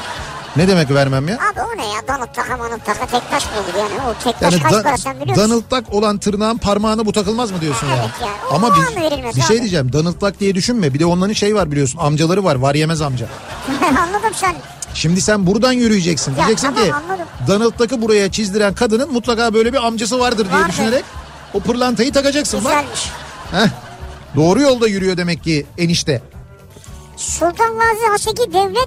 Ne demek vermem ya? Abi o ne ya? Donald Duck'a Manald Duck'a tek taş mı olur yani? O tek taş kaç para sen biliyor musun? Donald Duck olan tırnağın parmağına bu takılmaz mı diyorsun evet yani? O ama bir şey diyeceğim. Donald Duck diye düşünme. Bir de onların şey var biliyorsun. Amcaları var yemez amca. Anladım sen. Şimdi sen buradan yürüyeceksin. Ya, diyeceksin tamam, ki anladım. Donald Duck'ı buraya çizdiren kadının mutlaka böyle bir amcası vardır diye düşünerek o pırlantayı takacaksın. Güzelmiş. Bak. Doğru yolda yürüyor demek ki enişte. Sultan Gazi Haseki Devlet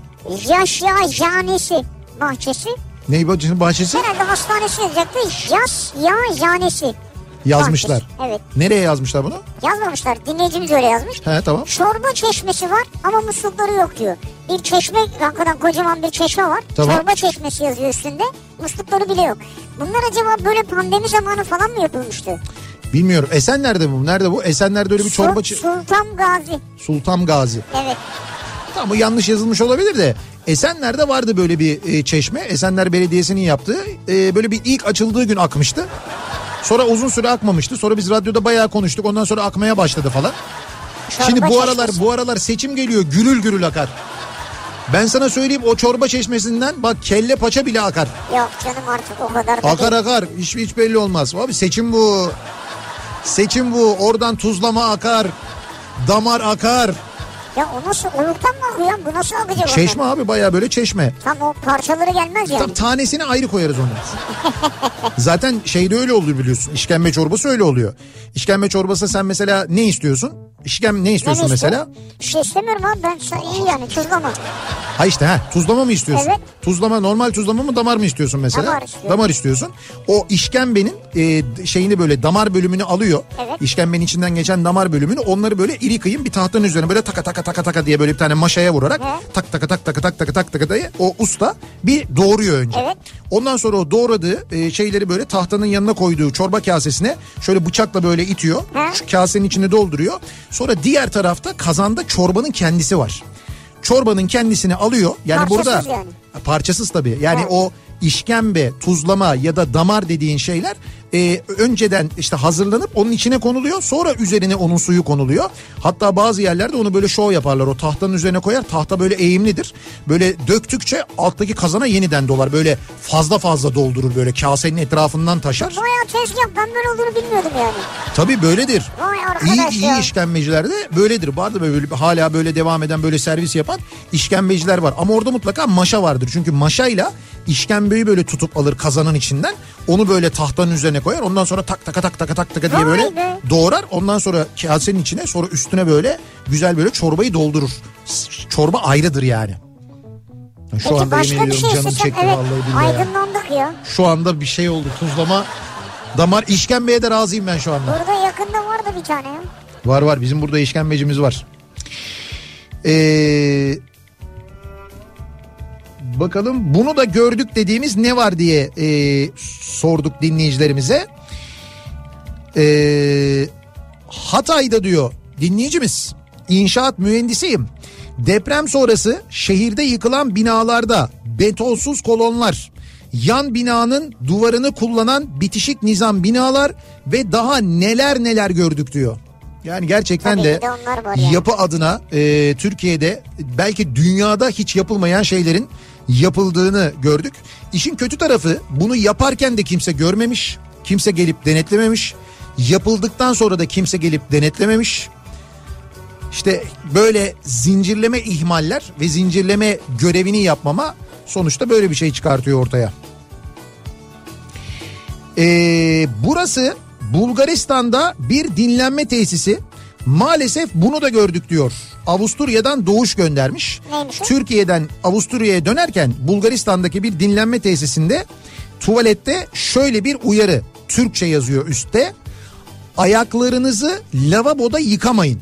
Yaşyajanesi bahçesi. Ney bahçesi? Herhalde hastanesi yazacaktı. Yaşyajanesi. Yazmışlar. Bahçesi. Evet. Nereye yazmışlar bunu? Yazmamışlar. Dinleyicimiz öyle yazmış. He tamam. Çorba çeşmesi var ama muslukları yok diyor. Bir çeşme, hakikaten kocaman bir çeşme var. Tamam. Çorba çeşmesi yazıyor üstünde. Muslukları bile yok. Bunlar acaba böyle pandemi zamanı falan mı yapılmıştı? Bilmiyorum. Esenler'de bu. Nerede bu? Esenler'de öyle bir çorba... Sultan Gazi. Sultan Gazi. Evet. Tamam, bu yanlış yazılmış olabilir de. Esenler'de vardı böyle bir çeşme. Esenler Belediyesi'nin yaptığı. Böyle bir ilk açıldığı gün akmıştı. Sonra uzun süre akmamıştı. Sonra biz radyoda bayağı konuştuk. Ondan sonra akmaya başladı falan. Çorba Şimdi çeşmesi. bu aralar seçim geliyor. Gürül gürül akar. Ben sana söyleyeyim, o çorba çeşmesinden bak kelle paça bile akar. Yok canım artık o kadar da akar değil. Akar. Hiç belli olmaz. Abi seçim bu. Seçim bu. Oradan tuzlama akar. Damar akar. Ya o nasıl, oluktan mı akıyor? Bu nasıl akacak? Çeşme abi, bayağı böyle çeşme. Tam o parçaları gelmez yani. Tam tanesini ayrı koyarız onu. Zaten şeyde öyle olur biliyorsun. İşkembe çorbası öyle oluyor. İşkembe çorbası sen mesela ne istiyorsun? Ne istiyorsun mesela? Bir şey istemiyorum abi, ben iyi yani tuzlama. Ha işte tuzlama mı istiyorsun? Evet. Tuzlama, normal tuzlama mı, damar mı istiyorsun mesela? Damar istiyorum. Damar istiyorsun. O işkembenin şeyini böyle damar bölümünü alıyor. Evet. İşkembenin içinden geçen damar bölümünü, onları böyle iri kıyım bir tahtanın üzerine böyle taka diye böyle bir tane maşaya vurarak tak diye o usta bir doğruyor önce. Evet. Ondan sonra o doğradığı şeyleri böyle tahtanın yanına koyduğu çorba kasesine şöyle bıçakla böyle itiyor. Şu kasenin içine dolduruyor. Sonra diğer tarafta kazanda çorbanın kendisi var. Çorbanın kendisini alıyor. Yani parçasız burada yani. Parçasız tabii. Yani o işkembe, tuzlama ya da damar dediğin şeyler önceden işte hazırlanıp onun içine konuluyor. Sonra üzerine onun suyu konuluyor. Hatta bazı yerlerde onu böyle şov yaparlar. O tahtanın üzerine koyar. Tahta böyle eğimlidir. Böyle döktükçe alttaki kazana yeniden dolar. Böyle fazla doldurur, böyle kasenin etrafından taşar. Bayağı tezgah, ben böyle olduğunu bilmiyordum yani. Tabii böyledir. Vay arkadaş İyi işkembecilerde böyledir. Vardı böyle hala böyle devam eden, böyle servis yapan işkembeciler var. Ama orada mutlaka maşa vardır. Çünkü maşayla işkembeyi böyle tutup alır kazanın içinden. Onu böyle tahtanın üzerine koyar. Ondan sonra tak diye böyle doğrar. Ondan sonra kasenin içine, sonra üstüne böyle güzel böyle çorbayı doldurur. Çorba ayrıdır yani. Şu peki anda başka yemin bir ediyorum şey canım çekti evet, vallahi billahi. Aydınlandık ya. Şu anda bir şey oldu. Tuzlama, damar, işkembeye de razıyım ben şu anda. Burada yakında vardı bir tane ya. Var bizim burada işkembecimiz var. Bakalım bunu da gördük dediğimiz ne var diye sorduk dinleyicilerimize. Hatay'da diyor dinleyicimiz, inşaat mühendisiyim. Deprem sonrası şehirde yıkılan binalarda betonsuz kolonlar, yan binanın duvarını kullanan bitişik nizam binalar ve daha neler gördük diyor. Yani gerçekten tabii de yani. Yapı adına Türkiye'de belki dünyada hiç yapılmayan şeylerin yapıldığını gördük. İşin kötü tarafı, bunu yaparken de kimse görmemiş, kimse gelip denetlememiş. Yapıldıktan sonra da kimse gelip denetlememiş. İşte böyle zincirleme ihmaller ve zincirleme görevini yapmama sonuçta böyle bir şey çıkartıyor ortaya. Burası Bulgaristan'da bir dinlenme tesisi. Maalesef bunu da gördük diyor. Avusturya'dan Doğuş göndermiş. Neymiş o? Türkiye'den Avusturya'ya dönerken Bulgaristan'daki bir dinlenme tesisinde tuvalette şöyle bir uyarı. Türkçe yazıyor üstte. Ayaklarınızı lavaboda yıkamayın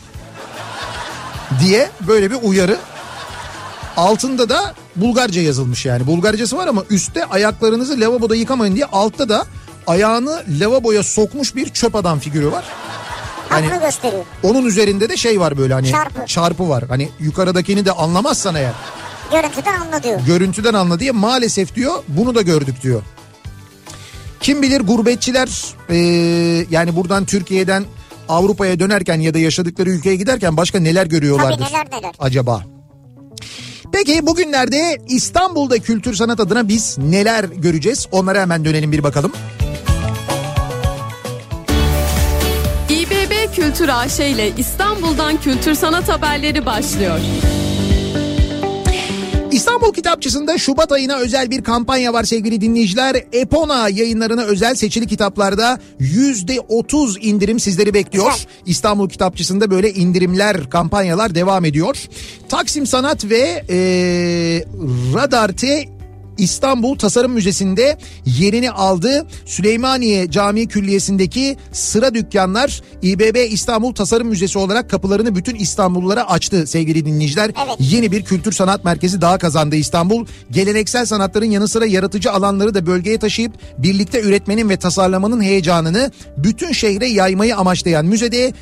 diye böyle bir uyarı. Altında da Bulgarca yazılmış yani. Bulgarcası var ama üstte ayaklarınızı lavaboda yıkamayın diye, altta da ayağını lavaboya sokmuş bir çöp adam figürü var. Yani gösteriyor. Onun üzerinde de şey var böyle hani çarpı var. Hani yukarıdakini de anlamazsan eğer. Görüntüden anla diyor. Görüntüden anla diye, maalesef diyor bunu da gördük diyor. Kim bilir gurbetçiler yani buradan Türkiye'den Avrupa'ya dönerken ya da yaşadıkları ülkeye giderken başka neler görüyorlardır. Tabii neler. Acaba? Peki bugünlerde İstanbul'da kültür sanat adına biz neler göreceğiz? Onlara hemen dönelim bir bakalım. İBB Kültür AŞ ile İstanbul'dan kültür sanat haberleri başlıyor. İstanbul Kitapçısı'nda Şubat ayına özel bir kampanya var sevgili dinleyiciler. Epona yayınlarına özel seçili kitaplarda %30 indirim sizleri bekliyor. İstanbul Kitapçısı'nda böyle indirimler, kampanyalar devam ediyor. Taksim Sanat ve Radar T İstanbul Tasarım Müzesi'nde yerini aldı. Süleymaniye Camii Külliyesi'ndeki sıra dükkanlar İBB İstanbul Tasarım Müzesi olarak kapılarını bütün İstanbullulara açtı sevgili dinleyiciler. Evet. Yeni bir kültür sanat merkezi daha kazandı İstanbul. Geleneksel sanatların yanı sıra yaratıcı alanları da bölgeye taşıyıp birlikte üretmenin ve tasarlamanın heyecanını bütün şehre yaymayı amaçlayan müzede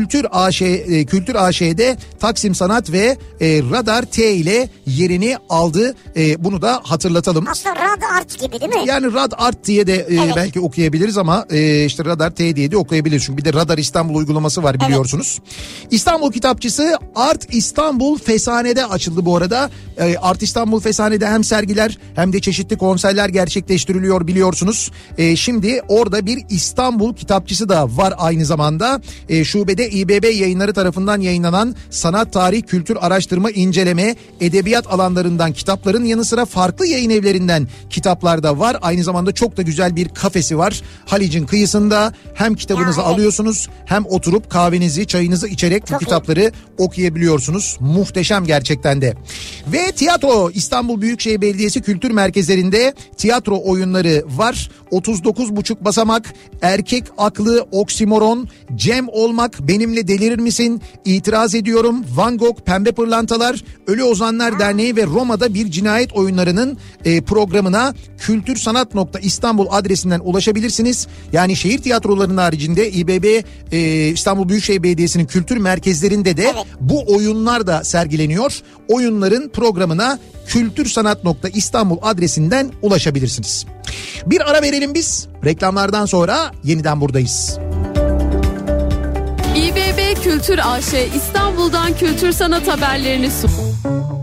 Kültür AŞ'de Taksim Sanat ve Radar T ile yerini aldı. Bunu da hatırlatalım. Aslında Rad Art gibi değil mi? Yani Rad Art diye de belki okuyabiliriz ama işte Radar T diye de okuyabiliriz. Çünkü bir de Radar İstanbul uygulaması var biliyorsunuz. Evet. İstanbul Kitapçısı Art İstanbul Fesane'de açıldı bu arada. Art İstanbul Fesane'de hem sergiler hem de çeşitli konserler gerçekleştiriliyor biliyorsunuz. Şimdi orada bir İstanbul Kitapçısı da var aynı zamanda. Şubede İBB Yayınları tarafından yayınlanan sanat, tarih, kültür, araştırma, inceleme, edebiyat alanlarından kitapların yanı sıra farklı yayın evlerinden kitaplar da var. Aynı zamanda çok da güzel bir kafesi var. Halic'in kıyısında hem kitabınızı alıyorsunuz hem oturup kahvenizi, çayınızı içerek bu kitapları okuyabiliyorsunuz. Muhteşem gerçekten de. Ve tiyatro İstanbul Büyükşehir Belediyesi Kültür Merkezlerinde tiyatro oyunları var. 39,5 basamak, erkek aklı, oksimoron, Cem olmak, benimle delirir misin, İtiraz ediyorum, Van Gogh, Pembe Pırlantalar, Ölü Ozanlar Derneği ve Roma'da bir cinayet oyunlarının programına kültürsanat.istanbul adresinden ulaşabilirsiniz. Yani şehir tiyatrolarının haricinde İBB İstanbul Büyükşehir Belediyesi'nin kültür merkezlerinde de bu oyunlar da sergileniyor. Oyunların programına kültürsanat.istanbul adresinden ulaşabilirsiniz. Bir ara verelim biz. Reklamlardan sonra yeniden buradayız. İBB Kültür AŞ İstanbul'dan kültür sanat haberlerini sunuyor.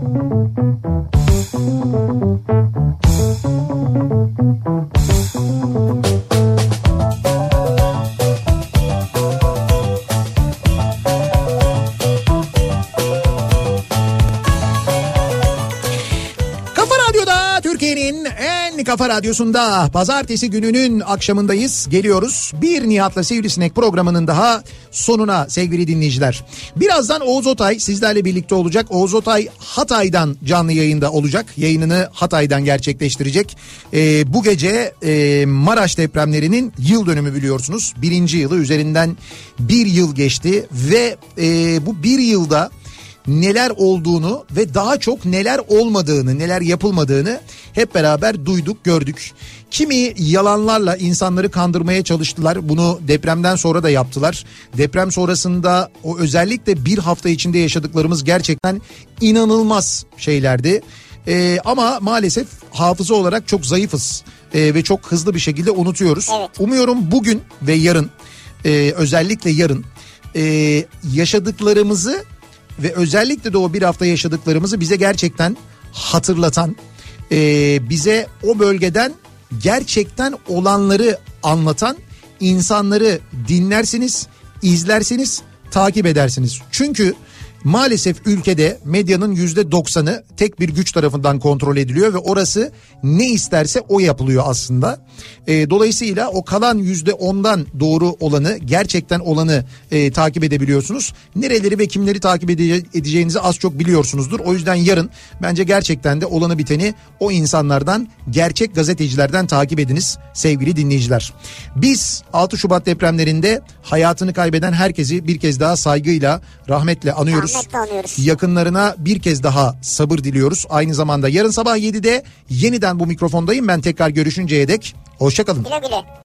Kafa Radyosu'nda pazartesi gününün akşamındayız. Geliyoruz. Bir Nihat'la Sivrisinek programının daha sonuna sevgili dinleyiciler. Birazdan Oğuz Otay sizlerle birlikte olacak. Oğuz Otay Hatay'dan canlı yayında olacak. Yayınını Hatay'dan gerçekleştirecek. Bu gece Maraş depremlerinin yıl dönümü biliyorsunuz. 1. yılı üzerinden 1 yıl geçti ve bu 1 yılda neler olduğunu ve daha çok neler olmadığını, neler yapılmadığını hep beraber duyduk, gördük. Kimi yalanlarla insanları kandırmaya çalıştılar. Bunu depremden sonra da yaptılar. Deprem sonrasında o özellikle bir hafta içinde yaşadıklarımız gerçekten inanılmaz şeylerdi. Ama maalesef hafıza olarak çok zayıfız ve çok hızlı bir şekilde unutuyoruz. Evet. Umuyorum bugün ve yarın, özellikle yarın yaşadıklarımızı ve özellikle de o bir hafta yaşadıklarımızı bize gerçekten hatırlatan, bize o bölgeden gerçekten olanları anlatan insanları dinlersiniz, izlersiniz, takip edersiniz. Çünkü maalesef ülkede medyanın %90'ı tek bir güç tarafından kontrol ediliyor ve orası ne isterse o yapılıyor aslında. Dolayısıyla o kalan %10'dan doğru olanı, gerçekten olanı takip edebiliyorsunuz. Nereleri ve kimleri takip edeceğinizi az çok biliyorsunuzdur. O yüzden yarın bence gerçekten de olanı biteni o insanlardan, gerçek gazetecilerden takip ediniz sevgili dinleyiciler. Biz 6 Şubat depremlerinde hayatını kaybeden herkesi bir kez daha saygıyla, rahmetle anıyoruz. Yakınlarına bir kez daha sabır diliyoruz. Aynı zamanda yarın sabah 7'de yeniden bu mikrofondayım. Ben tekrar görüşünceye dek hoşça kalın. Güle güle.